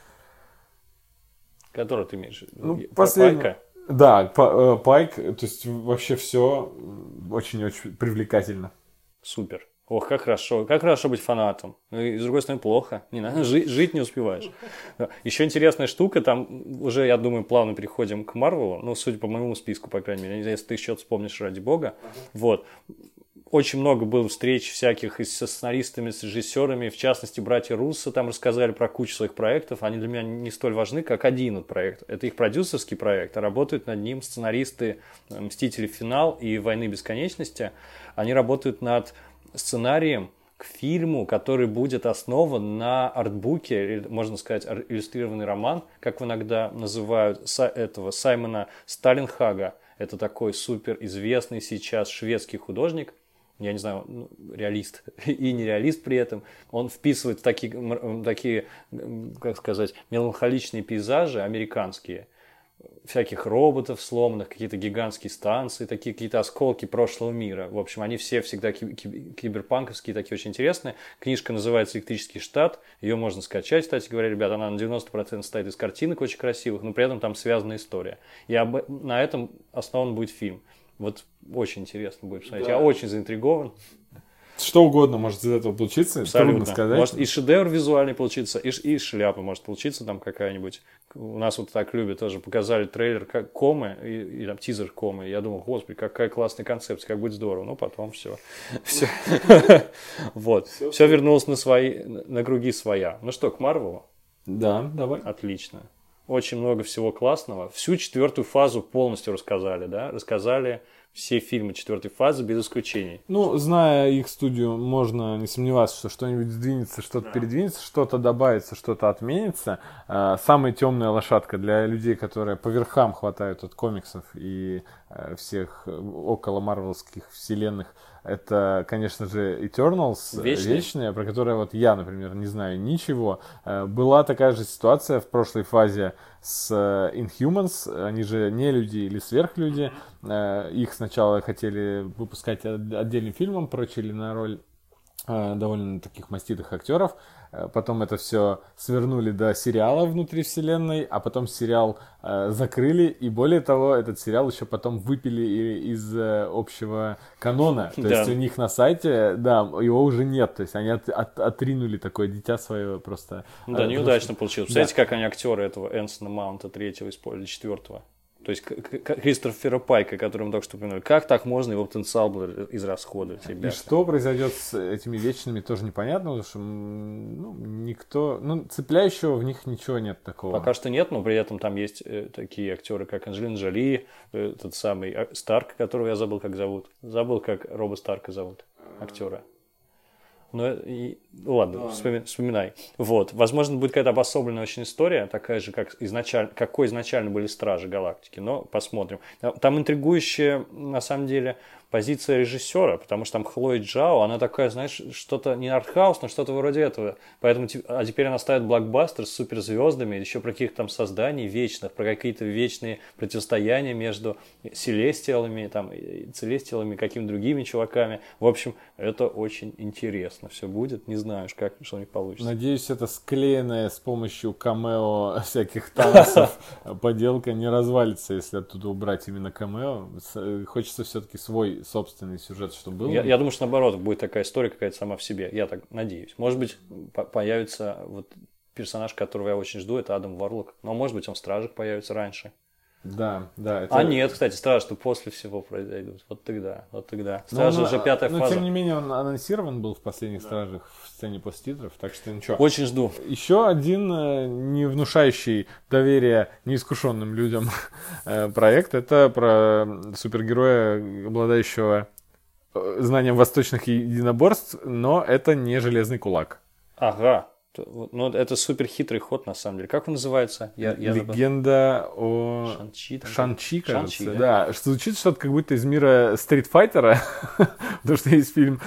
Который ты имеешь? Ну, последний... Пайка? Да, Пайк, то есть вообще все очень-очень привлекательно. Супер. Ох, как хорошо, как хорошо быть фанатом. И, с другой стороны, плохо. Не надо, жить, жить не успеваешь. Еще интересная штука, там уже, я думаю, плавно переходим к Марвелу. Ну, судя по моему списку, по крайней мере. Не знаю, если ты еще вспомнишь, ради бога. Вот. Очень много было встреч всяких и со сценаристами, с режиссерами. В частности, братья Руссо там рассказали про кучу своих проектов. Они для меня не столь важны, как один вот проект. Это их продюсерский проект, а работают над ним сценаристы «Мстители. Финал» и «Войны бесконечности». Они работают над сценарием к фильму, который будет основан на артбуке, или, можно сказать, иллюстрированный роман, как иногда называют этого Саймона Сталенхага. Это такой суперизвестный сейчас шведский художник, я не знаю, ну, реалист и нереалист при этом. Он вписывает в такие, такие, как сказать, меланхоличные пейзажи американские, всяких роботов сломанных, какие-то гигантские станции, такие какие-то осколки прошлого мира. В общем, они все всегда киберпанковские, такие очень интересные. Книжка называется «Электрический штат». Ее можно скачать, кстати говоря, ребята. Она на девяносто процентов состоит из картинок очень красивых, но при этом там связанная история. И об... на этом основан будет фильм. Вот очень интересно будет посмотреть. Да. Я очень заинтригован. Что угодно может из этого получиться, абсолютно. Трудно сказать. Может и шедевр визуальный получиться, и, и шляпа может получиться там какая-нибудь. У нас вот так любят тоже, показали трейлер как Комы, и, и там тизер Комы. Я думал, господи, какая классная концепция, как будет здорово. Ну, потом все. Все. Вот. Все вернулось на свои, на круги своя. Ну что, к Марвелу? Да, давай. Отлично. Очень много всего классного. Всю четвертую фазу полностью рассказали, да? Рассказали все фильмы четвертой фазы без исключений. Ну, зная их студию, можно не сомневаться, что что-нибудь сдвинется, что-то да. передвинется, что-то добавится, что-то отменится. Самая темная лошадка для людей, которые по верхам хватают от комиксов и всех около марвелских вселенных, это, конечно же, Eternals, Вечные. Вечные, про которые вот я, например, не знаю ничего. Была такая же ситуация в прошлой фазе с Inhumans, они же не люди или сверхлюди. Их сначала хотели выпускать отдельным фильмом, прочили на роль довольно таких маститых актеров. Потом это все свернули до сериала внутри вселенной, а потом сериал э, закрыли, и более того, этот сериал еще потом выпили из э, общего канона. То да. есть у них на сайте, да, его уже нет. То есть они от, от, отринули такое дитя свое просто. Да, э, неудачно просто... получилось. Представляете, да. как они актеры этого Энсона Маунта третьего использовали, четвертого? То есть Кристофера Пайка, который мы только что упомянули. Как так можно его потенциал был израсходовать, ребята? И что произойдет с этими вечными, тоже непонятно, потому что ну, никто... Ну, цепляющего в них ничего нет такого. Пока что нет, но при этом там есть э, такие актеры, как Анджелина Джоли, э, тот самый Старк, которого я забыл, как зовут. Забыл, как Роба Старка зовут, актера. Ну, и, ладно, да. вспоми, вспоминай. Вот. Возможно, будет какая-то обособленная очень история, такая же, как изначально, какой изначально были Стражи Галактики, но посмотрим. Там интригующая, на самом деле, позиция режиссера, потому что там Хлоя Джао, она такая, знаешь, что-то не артхаус, но что-то вроде этого. Поэтому, а теперь она ставит блокбастер с суперзвездами, еще про каких-то там созданий вечных, про какие-то вечные противостояния между селестиалами, там, целестиалами, какими-то другими чуваками. В общем, это очень интересно все будет. Не знаю, как что-нибудь получится. Надеюсь, это склеенная с помощью камео всяких танцев поделка не развалится, если оттуда убрать именно камео. Хочется все-таки свой собственный сюжет, чтобы был. Я, я думаю, что наоборот, будет такая история какая-то сама в себе. Я так надеюсь. Может быть, по- появится вот персонаж, которого я очень жду, это Адам Ворлок. Но, может быть, он в «Стражах» появится раньше. Да, да. Это... А нет, кстати, «Стражи» после всего произойдут. Вот тогда, вот тогда. «Стражи» уже пятая но, фаза. Но, тем не менее, он анонсирован был в последних да. «Стражах» в сцене посттитров, так что ничего. Очень жду. Еще один э, не внушающий доверие неискушенным людям э, проект, это про супергероя, обладающего знанием восточных единоборств, но это не Железный Кулак. Ага. Ну, это супер хитрый ход, на самом деле. Как он называется? Я, я Легенда забыл. о Шан-Чи, Шан-Чи, кажется. Шан-Чи, да? Да, что звучит что-то как будто из мира стритфайтера, потому что есть фильм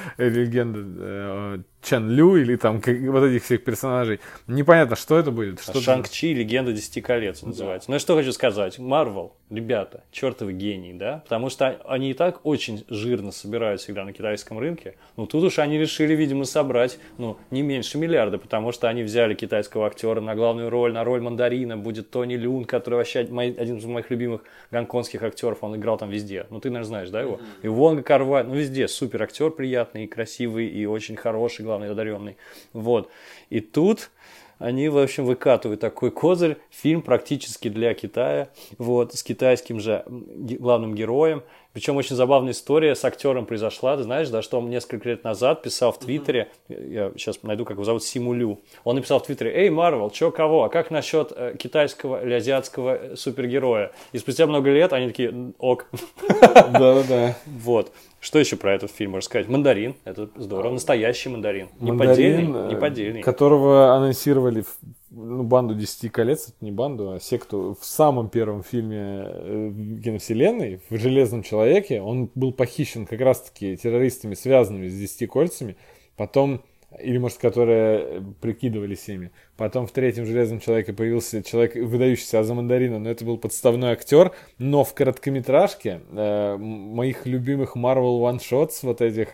«Легенда» Чен Лю или там как, вот этих всех персонажей. Непонятно, что это будет. Что а Шанг-Чи «Легенда десяти колец» называется. Да. Ну и что хочу сказать. Марвел, ребята, чертовы гении, да? Потому что они и так очень жирно собирают всегда на китайском рынке. Ну тут уж они решили, видимо, собрать, ну, не меньше миллиарда, потому что они взяли китайского актера на главную роль, на роль Мандарина будет Тони Люн, который вообще мой, один из моих любимых гонконгских актеров, он играл там везде. Ну ты, наверное, знаешь, да, его? Mm-hmm. И Вонга Кар-вай, ну везде супер актер приятный, и красивый, и очень хороший, главный одаренный. Вот. И тут они, в общем, выкатывают такой козырь, фильм практически для Китая, вот, с китайским же главным героем. Причем очень забавная история с актером произошла. Ты знаешь, да, что он несколько лет назад писал в Твиттере, mm-hmm. я сейчас найду, как его зовут, Симу Лю. Он написал в Твиттере: «Эй, Марвел, чё, кого? А как насчет э, китайского или азиатского супергероя?» И спустя много лет они такие: «Ок». Да-да-да. Вот. Что еще про этот фильм можно сказать? «Мандарин». Это здорово. Настоящий мандарин. Не поддельный, не поддельный. Которого анонсировали в ну, банду десяти колец, это не банду, а секту, в самом первом фильме киновселенной, в «Железном человеке». Он был похищен как раз-таки террористами, связанными с десятью кольцами. Потом, или, может, которые прикидывались ими. Потом в третьем «Железном человеке» появился человек, выдающийся Аза Мандарина, но это был подставной актер. Но в короткометражке э, моих любимых Marvel One Shots, вот этих,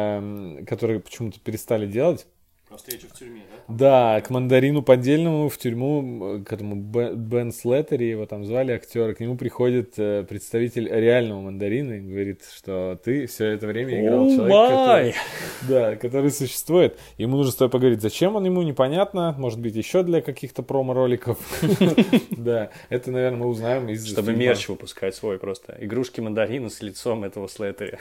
э, которые почему-то перестали делать, встреча в тюрьме, да? Да, к Мандарину поддельному в тюрьму, к этому Бен Слеттери, его там звали актера, к нему приходит э, представитель реального Мандарина и говорит, что ты все это время играл oh человека, который, да, который существует. Ему нужно с тобой поговорить, зачем он ему, непонятно, может быть, еще для каких-то промо-роликов. Да, это, наверное, мы узнаем из Чтобы мерч выпускать свой просто. Игрушки Мандарина с лицом этого Слеттери.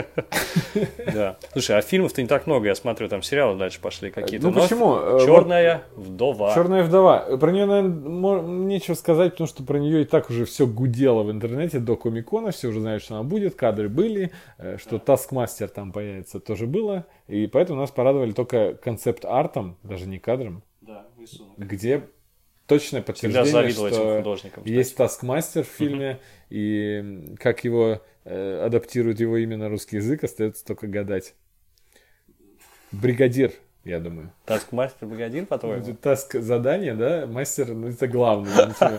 Да. Слушай, а фильмов-то не так много, я смотрю, там сериалы дальше пошли какие-то. Ну почему? «Черная вдова». «Черная вдова». Про нее, наверное, нечего сказать, потому что про нее и так уже все гудело в интернете до Комик-Кона, все уже знают, что она будет, кадры были, что Таскмастер там появится, тоже было. И поэтому нас порадовали только концепт-артом, даже не кадром, да, где точное подтверждение, что есть Таскмастер в фильме, угу. И как его э, адаптируют его имя на русский язык, остается только гадать. Бригадир. Я думаю. Таскмастер бригадир, по-твоему? Таск задание, да? Мастер, ну это главный.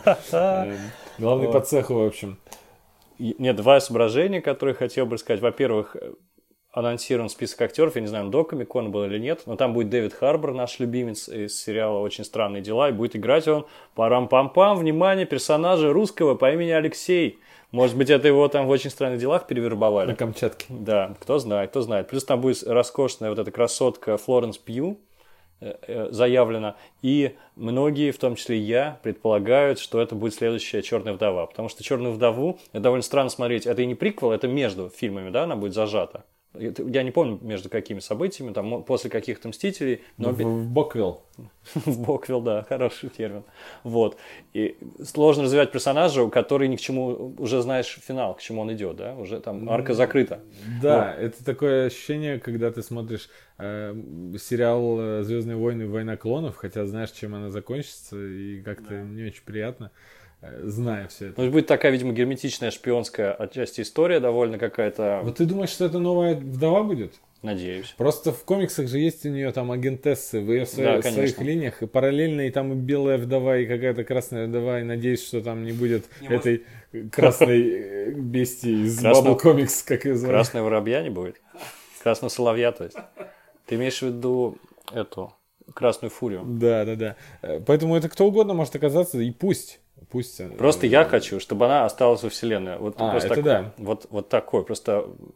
Главный по цеху, в общем. Нет, два соображения, которые хотел бы сказать. Во-первых, анонсирован список актеров, я не знаю, до Комик-Кона был или нет, но там будет Дэвид Харбор, наш любимец из сериала «Очень странные дела», и будет играть он парам-пам-пам, внимание, персонажа русского по имени Алексей. Может быть, это его там в «Очень странных делах» перевербовали. На Камчатке. Да, кто знает, кто знает. Плюс там будет роскошная вот эта красотка Флоренс Пью э, э, заявлена. И многие, в том числе и я, предполагают, что это будет следующая «Черная вдова». Потому что «Черную вдову» это довольно странно смотреть. Это и не приквел, это между фильмами, да, она будет зажата. Я не помню, между какими событиями, там, после каких-то «Мстителей». Но... В Боквилл. В Боквилл, да, хороший термин. Вот. И сложно развивать персонажа, который ни к чему, уже знаешь финал, к чему он идет, да, уже там арка закрыта. Да, вот. Это такое ощущение, когда ты смотришь э, сериал «Звездные войны. Война клонов», хотя знаешь, чем она закончится, и как-то да. Не очень приятно. Зная все это. Ну, будет такая, видимо, герметичная шпионская отчасти история довольно какая-то. Вот ты думаешь, что это новая вдова будет? Надеюсь. Просто в комиксах же есть у нее там агентессы в ее своих, да, своих линиях, и параллельно и там и белая вдова, и какая-то красная вдова, и надеюсь, что там не будет не этой может... красной бестии из Bubble Comics, как ее звали. Красная воробья не будет? Красного соловья, то есть. Ты имеешь в виду эту красную фурию? Да, да, да. Поэтому это кто угодно может оказаться, и пусть. Пусть... Просто я хочу, чтобы она осталась во вселенной. Вот, а, это так, да. Вот, вот такой. Просто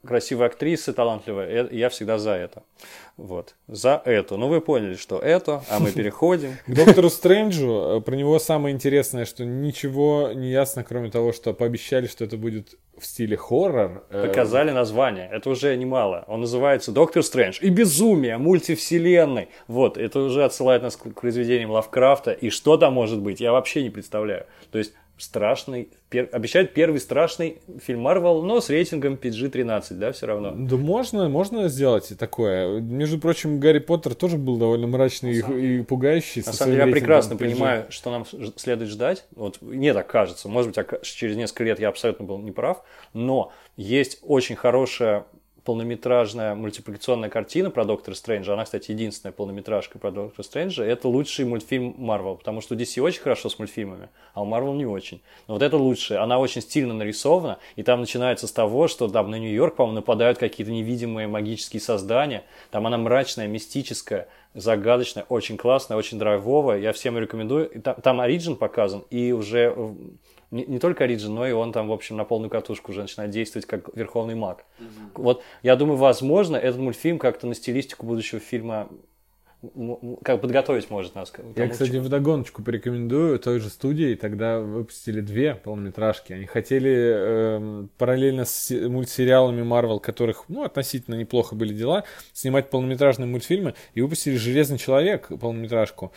красивые актрисы, талантливые, я всегда за это. Вот, за это. Ну, вы поняли, что это, а мы переходим. К Доктору Стрэнджу, про него самое интересное, что ничего не ясно, кроме того, что пообещали, что это будет в стиле хоррор. Показали название, это уже немало. Он называется «Доктор Стрэндж и безумие мультивселенной». Вот, это уже отсылает нас к произведениям Лавкрафта. И что там может быть, я вообще не представляю. То есть, страшный, пер, обещают первый страшный фильм Marvel, но с рейтингом пи джи тринадцать, да, все равно. Да можно, можно сделать и такое. Между прочим, Гарри Поттер тоже был довольно мрачный и, и пугающий. На самом деле, я прекрасно пи джи. Понимаю, что нам следует ждать. Вот мне так кажется. Может быть, через несколько лет я абсолютно был неправ, но есть очень хорошая полнометражная мультипликационная картина про Доктора Стрэнджа. Она, кстати, единственная полнометражка про Доктора Стрэнджа. Это лучший мультфильм Marvel, потому что у ди си очень хорошо с мультфильмами, а у Marvel не очень. Но вот это лучшее. Она очень стильно нарисована, и там начинается с того, что там на Нью-Йорк, по-моему, нападают какие-то невидимые магические создания. Там она мрачная, мистическая, загадочная, очень классная, очень драйвовая. Я всем рекомендую. Там, там Origin показан, и уже... Не, не только Ориджин, но и он там, в общем, на полную катушку уже начинает действовать как верховный маг. Mm-hmm. Вот, я думаю, возможно, этот мультфильм как-то на стилистику будущего фильма как подготовить может нас. Я, кстати, чему. вдогоночку порекомендую той же студии. Тогда выпустили две полнометражки. Они хотели э, параллельно с мультсериалами Marvel, которых, ну, относительно неплохо были дела, снимать полнометражные мультфильмы, и выпустили «Железный человек» полнометражку.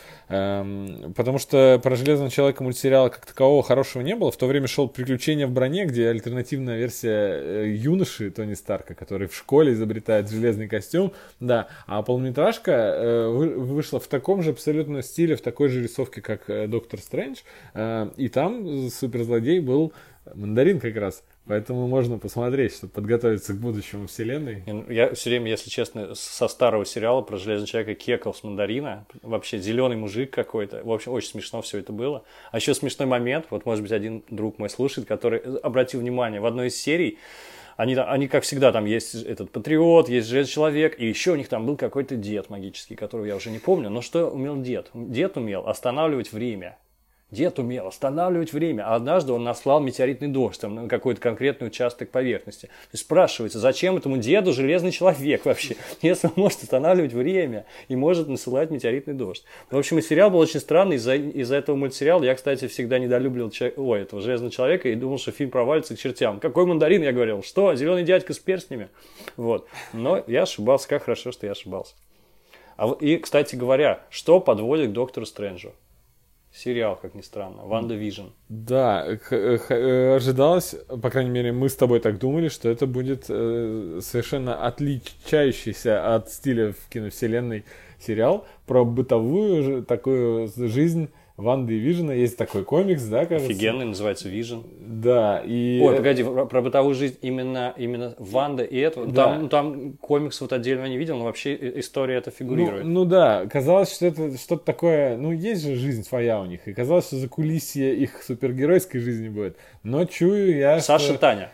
Э, потому что про «Железного человека» мультсериала как такового хорошего не было. В то время шел «Приключения в броне», где альтернативная версия юноши Тони Старка, который в школе изобретает железный костюм. Да, а полнометражка... Э, вышла в таком же абсолютно стиле, в такой же рисовке, как э, Доктор Стрэндж. Э, и там суперзлодей был Мандарин как раз. Поэтому можно посмотреть, чтобы подготовиться к будущему вселенной. Я все время, если честно, со старого сериала про Железного человека кекал с Мандарина. Вообще зеленый мужик какой-то. В общем, очень смешно все это было. А еще смешной момент. Вот, может быть, один друг мой слушает, который обратил внимание в одной из серий. Они, они, как всегда, там есть этот патриот, есть железный человек, и еще у них там был какой-то дед магический, которого я уже не помню. Но что умел дед? Дед умел останавливать время. Дед умел останавливать время, а однажды он наслал метеоритный дождь там, на какой-то конкретный участок поверхности. То есть спрашивается, зачем этому деду железный человек вообще, если он может останавливать время и может насылать метеоритный дождь. В общем, и сериал был очень странный, из-за, из-за этого мультсериала я, кстати, всегда недолюбливал человек, ой, этого железного человека и думал, что фильм провалится к чертям. Какой Мандарин, я говорил, что, зеленый дядька с перстнями? Вот. Но я ошибался, как хорошо, что я ошибался. А, и, кстати говоря, что подводит к Доктору Стрэнджу? Сериал, как ни странно. Ванда Вижн. Да, х- х- ожидалось, по крайней мере, мы с тобой так думали, что это будет э, совершенно отличающийся от стиля в киновселенной сериал про бытовую такую жизнь Ванды и Вижена. Есть такой комикс, да, кажется? Офигенный, называется Вижн. Да, и... Ой, погоди, про, про бытовую жизнь именно, именно Ванда и это. Да. Там, там комикс вот отдельно не видел, но вообще история это фигурирует. Ну, ну да, казалось, что это что-то такое... Ну, есть же жизнь своя у них. И казалось, что закулисье их супергеройской жизни будет. Но чую я, Саша что... Таня.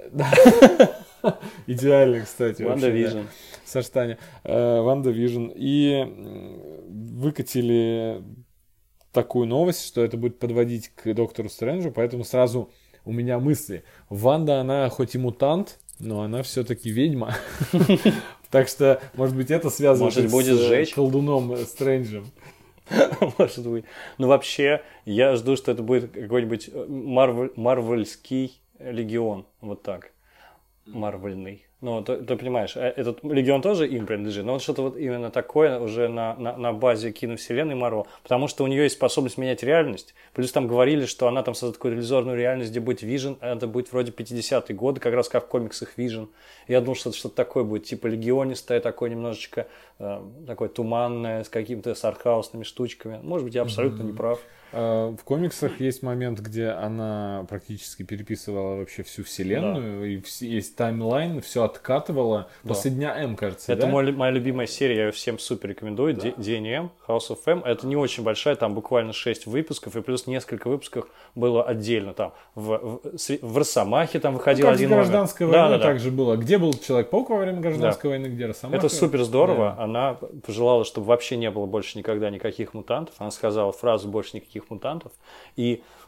Идеально, кстати. Ванда Вижн. Саша Таня. Ванда Вижн. И выкатили... такую новость, что это будет подводить к Доктору Стрэнджу, поэтому сразу у меня мысли. Ванда, она хоть и мутант, но она все-таки ведьма. Так что, может быть, это связано с колдуном Стрэнджем. Может быть. Ну, вообще, я жду, что это будет какой-нибудь марвельский легион. Вот так. Марвельный. Ну, ты, ты понимаешь, этот легион тоже им принадлежит, но вот что-то вот именно такое уже на, на, на базе киновселенной Марвел, потому что у нее есть способность менять реальность. Плюс там говорили, что она там создает такую иллюзорную реальность, где будет Вижн, а это будет вроде пятидесятые годы, как раз как в комиксах Вижн. Я думал, что это что-то такое будет, типа легионистое, такое немножечко э, такое туманное, с какими-то с артхаусными штучками. Может быть, я абсолютно mm-hmm. не прав. В комиксах есть момент, где она практически переписывала вообще всю вселенную, да. И есть таймлайн, все откатывала. Да. После дня М, кажется, это да? мой, моя любимая серия, я ее всем супер рекомендую. Да. День М, House of M. Это не очень большая, там буквально шесть выпусков, и плюс несколько выпусков было отдельно. Там в, в, в Росомахе там выходил ну, один номер. Гражданская война да, да, также да. было. Где был Человек-паук во время Гражданской да. войны, где Росомаха? Это супер здорово. Да. Она пожелала, чтобы вообще не было больше никогда никаких мутантов. Она сказала фразу «больше никаких мутантов». И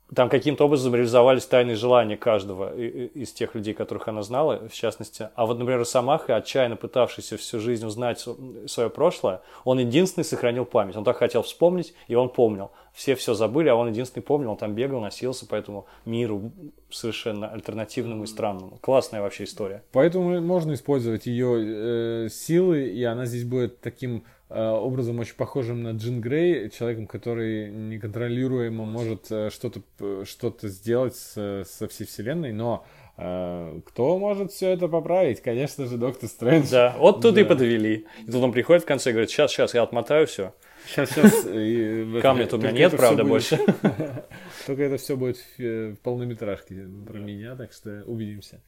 там каким-то образом реализовались тайные желания каждого из тех людей, которых она знала, в частности. А вот, например, Росомаха, отчаянно пытавшийся всю жизнь узнать свое прошлое, он единственный сохранил память. Он так хотел вспомнить, и он помнил. Все все забыли, а он единственный помнил. Он там бегал, носился по этому миру совершенно альтернативному и странному. Классная вообще история. Поэтому можно использовать ее э, силы, и она здесь будет таким образом очень похожим на Джин Грей, человеком, который неконтролируемо может что-то, что-то сделать с, со всей вселенной, но э, кто может все это поправить? Конечно же, Доктор Стрэндж. Да, вот тут да. и подвели. И тут он приходит в конце и говорит, сейчас, сейчас, я отмотаю все. Сейчас, сейчас. Камня-то у меня нет, правда, больше. Только это все будет в полнометражке про меня, так что увидимся.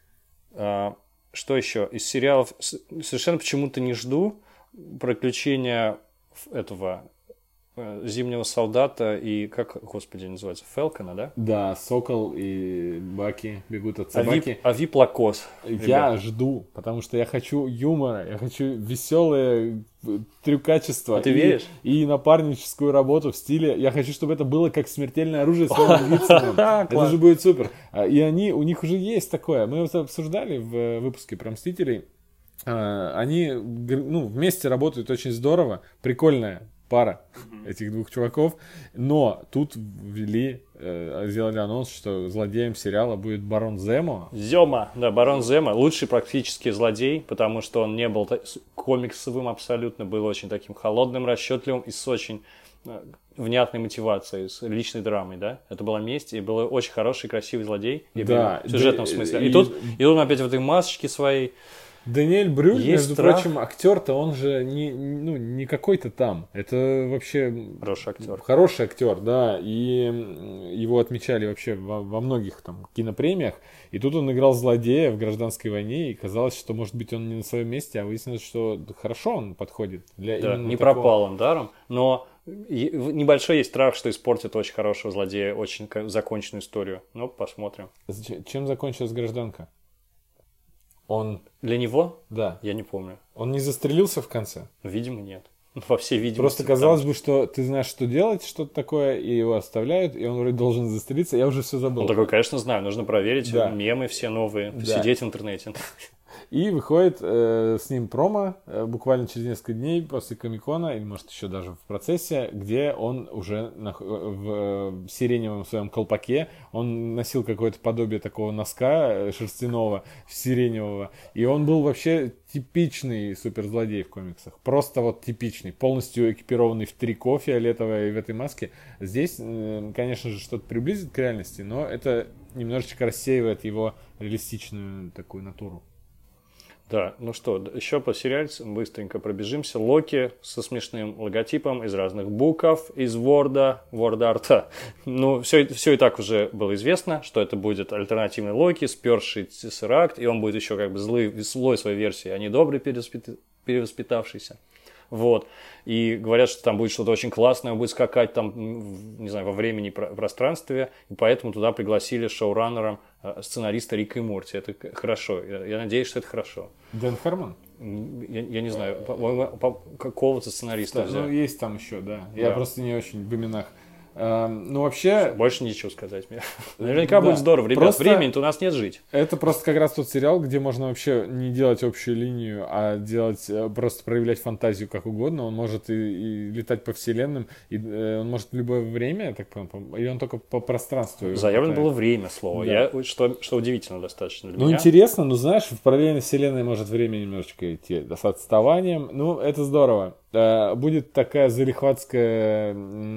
Что еще? Из сериалов совершенно почему-то не жду приключения этого э, Зимнего солдата и, как, господи, называется, Фелкона, да? Да, Сокол и Баки бегут от собаки. А Вип-Лакос. Я жду, потому что я хочу юмора, я хочу веселое трюкачество. А ты и, веришь? И напарническую работу в стиле. Я хочу, чтобы это было как «Смертельное оружие» с Мэлом Гибсоном. Это же будет супер. И они, у них уже есть такое. Мы это обсуждали в выпуске про «Мстителей». Они ну, вместе работают очень здорово, прикольная пара mm-hmm. этих двух чуваков, но тут ввели, э, сделали анонс, что злодеем сериала будет Барон Земо. Зема, да, Барон Земо, лучший практически злодей, потому что он не был та- комиксовым абсолютно, был очень таким холодным, расчетливым и с очень э, внятной мотивацией, с личной драмой, да, это была месть, и был очень хороший, красивый злодей, да, в сюжетном да, смысле. И, и, тут, и тут опять в этой масочке своей. Даниэль Брюль, есть между страх. прочим, актер-то, он же не, ну, не какой-то там. Это вообще... Хороший актер. Хороший актер, да. И его отмечали вообще во, во многих там кинопремиях. И тут он играл злодея в «Гражданской войне», и казалось, что, может быть, он не на своем месте, а выяснилось, что хорошо он подходит для да, именно не такого... пропал он даром, но небольшой есть страх, что испортит очень хорошего злодея, очень законченную историю. Ну, посмотрим. Чем закончилась «Гражданка»? Он... Для него? Да. Я не помню. Он не застрелился в конце? Видимо, нет. Во всей видимости. Просто казалось бы, что ты знаешь, что делать, что-то такое, и его оставляют, и он вроде должен застрелиться, я уже все забыл. Он такой, конечно, знаю, нужно проверить да. мемы все новые, посидеть да. в интернете. И выходит э, с ним промо э, буквально через несколько дней после Комик-Кона, или может еще даже в процессе, где он уже на, в, в сиреневом своем колпаке, он носил какое-то подобие такого носка шерстяного, сиреневого, и он был вообще типичный суперзлодей в комиксах, просто вот типичный, полностью экипированный в трико фиолетовое и в этой маске. Здесь, э, конечно же, что-то приблизит к реальности, но это немножечко рассеивает его реалистичную такую натуру. Да, ну что, еще по сериальцам быстренько пробежимся. Локи со смешным логотипом из разных букв, из Ворда, ворд-арта. Ну, все, все и так уже было известно, что это будет альтернативный Локи, сперший Тессеракт, и он будет еще как бы злый, злой своей версии, а не добрый, перевоспитавшийся. Вот. И говорят, что там будет что-то очень классное, он будет скакать там, не знаю, во времени и пространстве, и поэтому туда пригласили шоураннером сценариста Рика и Морти. Это хорошо. Я, я надеюсь, что это хорошо. Дэн Хармон? Я, я не знаю, по, по, по, какого-то сценариста взял. Ну, есть там еще, да. да. Я просто не очень в именах. Ну, вообще... Больше ничего сказать мне. Наверняка да. будет здорово. Ребят, просто времени-то у нас нет жить. Это просто как раз тот сериал, где можно вообще не делать общую линию, а делать, просто проявлять фантазию как угодно. Он может и, и летать по вселенным, и он может в любое время, так понимаю, или он только по пространству. Заявлено было время слово. Да. Я, что, что удивительно достаточно для ну, меня. Ну, интересно, ну, знаешь, в параллельной вселенной может время немножечко идти с отставанием. Ну, это здорово. Будет такая залихватская,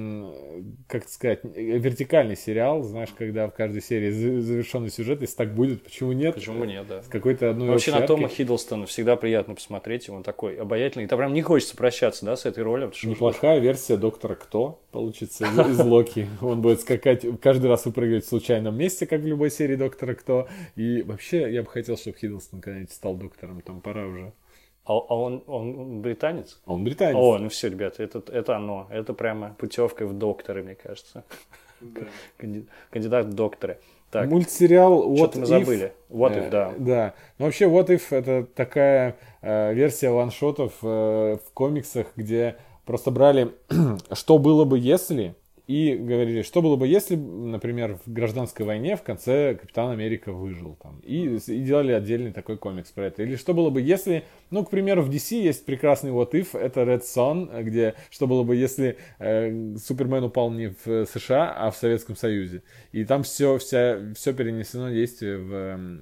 как сказать, вертикальный сериал, знаешь, когда в каждой серии завершенный сюжет, если так будет, почему нет? Почему бы нет, да. С какой-то одной вообще на Тома Хиддлстона всегда приятно посмотреть, он такой обаятельный, и там прям не хочется прощаться, да, с этой ролью. Неплохая что... версия Доктора Кто получится из, из Локи. Он будет скакать, каждый раз выпрыгивать в случайном месте, как в любой серии Доктора Кто. И вообще, я бы хотел, чтобы Хиддлстон когда-нибудь стал доктором, там пора уже. А, а он, он британец? Он британец. О, ну все, ребята, это, это оно. Это прямо путевка в докторы, мне кажется. Да. Кандидат в докторы. Так. Мультсериал What Что-то If. мы забыли. What If, да. Да. Ну, вообще, What If — это такая э, версия ваншотов э, в комиксах, где просто брали, что было бы, если... и говорили, что было бы, если, например, в гражданской войне в конце Капитан Америка выжил. Там, и, и делали отдельный такой комикс про это. Или что было бы, если, ну, к примеру, в ди си есть прекрасный What If, это Red Son, где что было бы, если э, Супермен упал не в США, а в Советском Союзе. И там все, вся, все перенесено действие в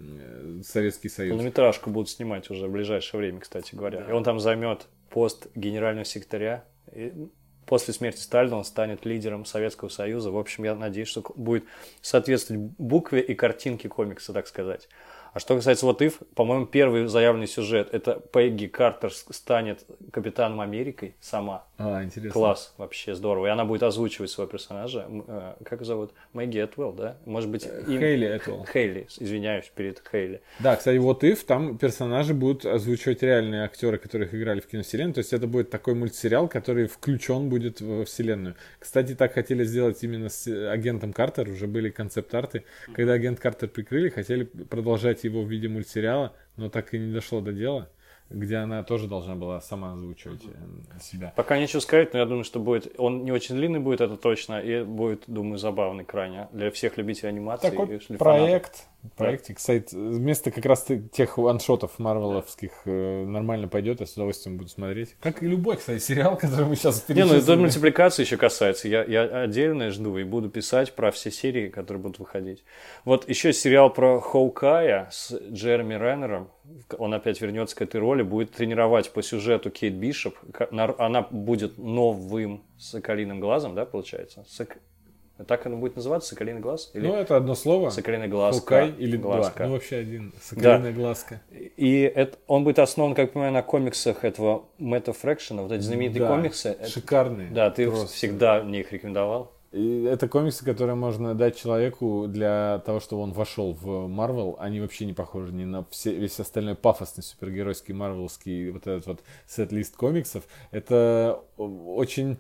э, Советский Союз. Полнометражку будут снимать уже в ближайшее время, кстати говоря. Да. И он там займет пост генерального секретаря. И после смерти Сталина он станет лидером Советского Союза. В общем, я надеюсь, что будет соответствовать букве и картинке комикса, так сказать. А что касается What If, по-моему, первый заявленный сюжет, это Пегги Картер станет Капитаном Америкой сама. А, интересно. Класс, вообще здорово. И она будет озвучивать своего персонажа. Как зовут? Мэгги Этвелл, да? Может быть... Им... Хейли Этвелл. Хейли, извиняюсь перед Хейли. Да, кстати, What If, там персонажи будут озвучивать реальные актеры, которых играли в киновселенной. То есть это будет такой мультсериал, который включен будет во вселенную. Кстати, так хотели сделать именно с агентом Картер. Уже были концепт-арты. Когда агент Картер прикрыли, хотели продолжать его в виде мультсериала, но так и не дошло до дела, где она тоже должна была сама озвучивать себя. Пока нечего сказать, но я думаю, что будет... Он не очень длинный будет, это точно, и будет, думаю, забавный крайне для всех любителей анимации. Такой и проект. Проектик, кстати, вместо как раз тех ваншотов марвеловских э, нормально пойдет, я с удовольствием буду смотреть. Как и любой, кстати, сериал, который мы сейчас перечислили. Не, ну это мультипликации еще касается. Я, я отдельно жду и буду писать про все серии, которые будут выходить. Вот еще сериал про Хоукая с Джереми Реннером. Он опять вернется к этой роли, будет тренировать по сюжету Кейт Бишоп. Она будет новым соколиным глазом, да, получается? Сок... Так оно будет называться? Соколиный глаз? Или... Ну, это одно слово. Соколиный глазка. Хоукай или глазка. Два. Ну, вообще один. Соколиная да. глазка. И это, он будет основан, как я понимаю, на комиксах этого Мэтта Фрэкшена. Вот эти знаменитые да. комиксы. Шикарные. Да, ты просто. Всегда мне их рекомендовал. И это комиксы, которые можно дать человеку для того, чтобы он вошел в Марвел. Они вообще не похожи ни на все, весь остальной пафосный супергеройский марвеловский вот этот вот сет-лист комиксов. Это очень...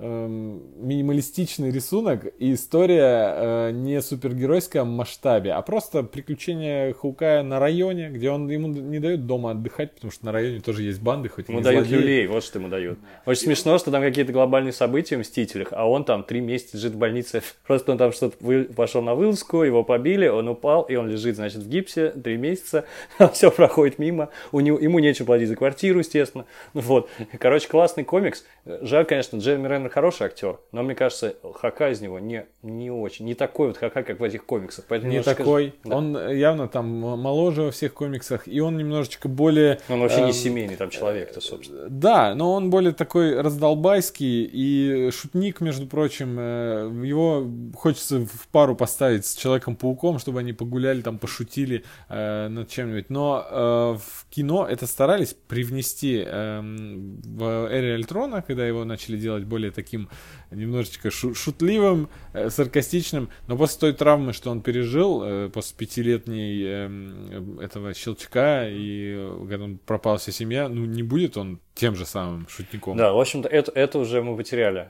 минималистичный рисунок и история э, не супергеройская в масштабе, а просто приключения Хоукая на районе, где он ему не дают дома отдыхать, потому что на районе тоже есть банды, хоть ему дают люлей, вот что ему дают. Очень смешно, что там какие-то глобальные события в Мстителях, а он там три месяца лежит в больнице, просто он там что-то вы... пошел на вылазку, его побили, он упал, и он лежит, значит, в гипсе три месяца, все проходит мимо, у него... ему нечего платить за квартиру, естественно. Вот. Короче, классный комикс. Жаль, конечно, Джереми Реннер хороший актер, но мне кажется, Хоккай из него не, не очень, не такой вот Хоккай, как в этих комиксах. Поэтому не такой, да. Он явно там моложе во всех комиксах, и он немножечко более... Он вообще э, не семейный там человек-то, собственно. Да, но он более такой раздолбайский и шутник, между прочим. Его хочется в пару поставить с Человеком-пауком, чтобы они погуляли, там пошутили э, над чем-нибудь. Но э, в кино это старались привнести э, в эре Альтрона, когда его начали делать более таким немножечко шу- шутливым, э, саркастичным, но после той травмы, что он пережил, э, после пятилетней э, этого щелчка, и э, когда он пропала вся семья, ну не будет он тем же самым шутником. Да, в общем-то, это, это уже мы потеряли.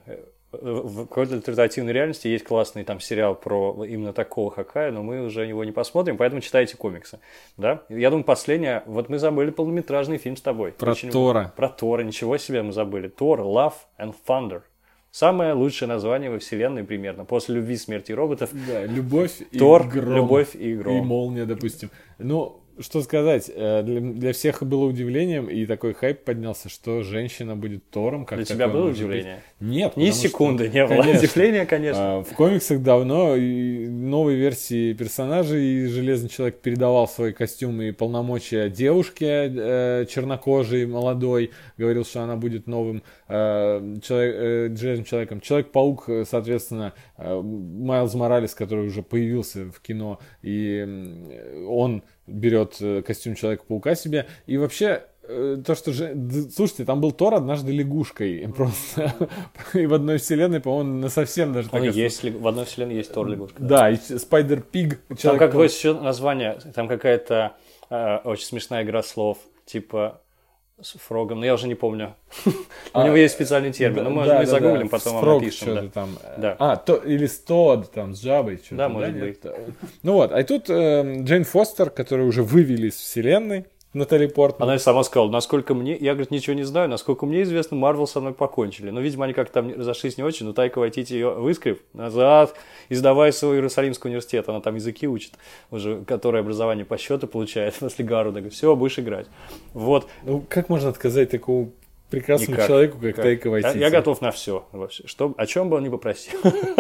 В какой-то альтернативной реальности есть классный там сериал про именно такого Хоккая, но мы уже его не посмотрим, поэтому читайте комиксы. Да? Я думаю, последнее, вот мы забыли полнометражный фильм с тобой. Про Очень... Тора. Про Тора, ничего себе мы забыли. Тор, Love and Thunder. Самое лучшее название во вселенной примерно. После любви, смерти и роботов. Да, любовь и Тор, гром. Любовь и гром. И молния, допустим. Ну, что сказать, для, для всех было удивлением, и такой хайп поднялся, что женщина будет Тором. Как для тебя было удивление? Быть. Нет. Ни секунды что, не было конечно, удивления, конечно. В комиксах давно и новой версии персонажей Железный Человек передавал свой костюм и полномочия девушке э, чернокожей, молодой, говорил, что она будет новым э, человек, э, Железным Человеком. Человек-паук, соответственно, э, Майлз Моралес, который уже появился в кино, и э, он берет костюм Человека-паука себе. И вообще, то, что же... Слушайте, там был Тор однажды лягушкой. Просто. И в одной вселенной, по-моему, на совсем даже... Он есть, в одной вселенной есть Тор лягушка. Да, и Спайдер-Пиг. Там какое еще название? Там какая-то э, очень смешная игра слов. Типа... С фрогом, но я уже не помню. У него есть специальный термин. Ну, может, мы загуглим, потом вам напишем. А, или с Тодд, там, с жабой. Да, может быть. Ну вот, а тут Джейн Фостер, которую уже вывели из вселенной, Натали Портман. Она и сама сказала, насколько мне... Я, говорит, ничего не знаю, насколько мне известно, Марвел со мной покончили. Но, видимо, они как-то там разошлись не очень, но Тайка Вайтити ее выскреб назад, издавая свой Иерусалимский университет. Она там языки учит, уже, которое образование по счету получает после Гарварда. Все, будешь играть. Вот. Ну, как можно отказать такому прекрасному Никак. человеку, как Никак. Тайка Вайтити? Я, я готов на все. Вообще. Что, о чем бы он ни попросил.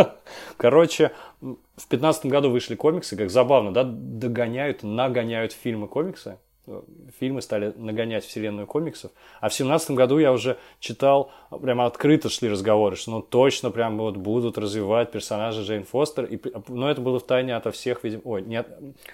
Короче, в пятнадцатом году вышли комиксы, как забавно, да, догоняют, нагоняют фильмы комиксы. Фильмы стали нагонять вселенную комиксов. А в семнадцатом году я уже читал, прямо открыто шли разговоры, что ну точно прям вот будут развивать персонажа Джейн Фостер. И, но это было в тайне ото всех, видимо. Ой, не от,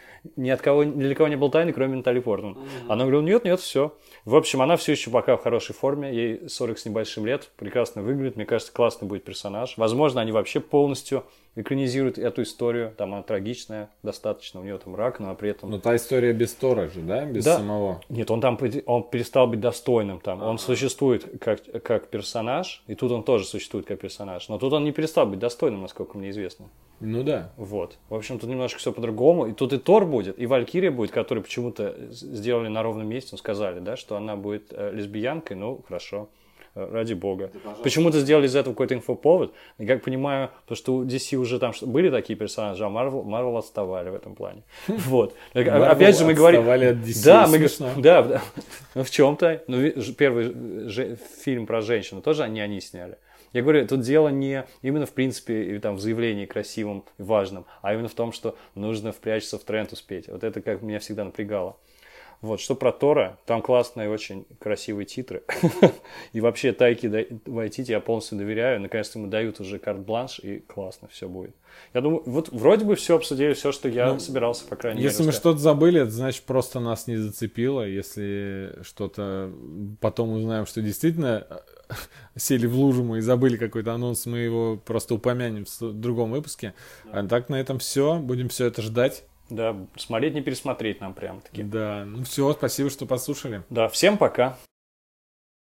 ни от кого, ни для кого не был тайны, кроме Натали Портман. Mm-hmm. Она говорила, нет, нет, все. В общем, она все еще пока в хорошей форме. Ей сорок с небольшим лет. Прекрасно выглядит. Мне кажется, классный будет персонаж. Возможно, они вообще полностью экранизируют эту историю. Там она трагичная достаточно. У нее там рак, но при этом... Но та история без Тора же, да? Без да. самого. Нет, он там он перестал быть достойным. Там. Он существует как, как персонаж. И тут он тоже существует как персонаж. Но тут он не перестал быть достойным, насколько мне известно. Ну да. Вот. В общем, тут немножко все по-другому. И тут и Тор будет, и Валькирия будет, который почему-то сделали на ровном месте. Ну, сказали, да, что она будет э, лесбиянкой. Ну, хорошо. Ради бога. Да, почему-то сделали из этого какой-то инфоповод. И как понимаю, то, что у ди си уже там были такие персонажи, а Marvel, Marvel отставали в этом плане. Вот. Опять же мы говорим... от ди си. Да, мы говорим... Да, да. Ну, в чем-то. Ну, первый же, фильм про женщину тоже не они сняли. Я говорю, тут дело не именно в принципе или там в заявлении красивом и важном, а именно в том, что нужно впрячься в тренд успеть. Вот это как меня всегда напрягало. Вот, что про Тора, там классные, очень красивые титры. И вообще Тайки Вайтити я полностью доверяю. Наконец-то ему дают уже карт-бланш, и классно все будет. Я думаю, вот вроде бы все обсудили, все, что я ну, собирался, по крайней если мере. Если мы что-то забыли, это значит просто нас не зацепило. Если что-то потом узнаем, что действительно сели в лужу мы и забыли какой-то анонс, мы его просто упомянем в другом выпуске. А так на этом все. Будем все это ждать. Да, смотреть, не пересмотреть нам прям таки. Да, ну все, спасибо, что послушали. Да, всем пока.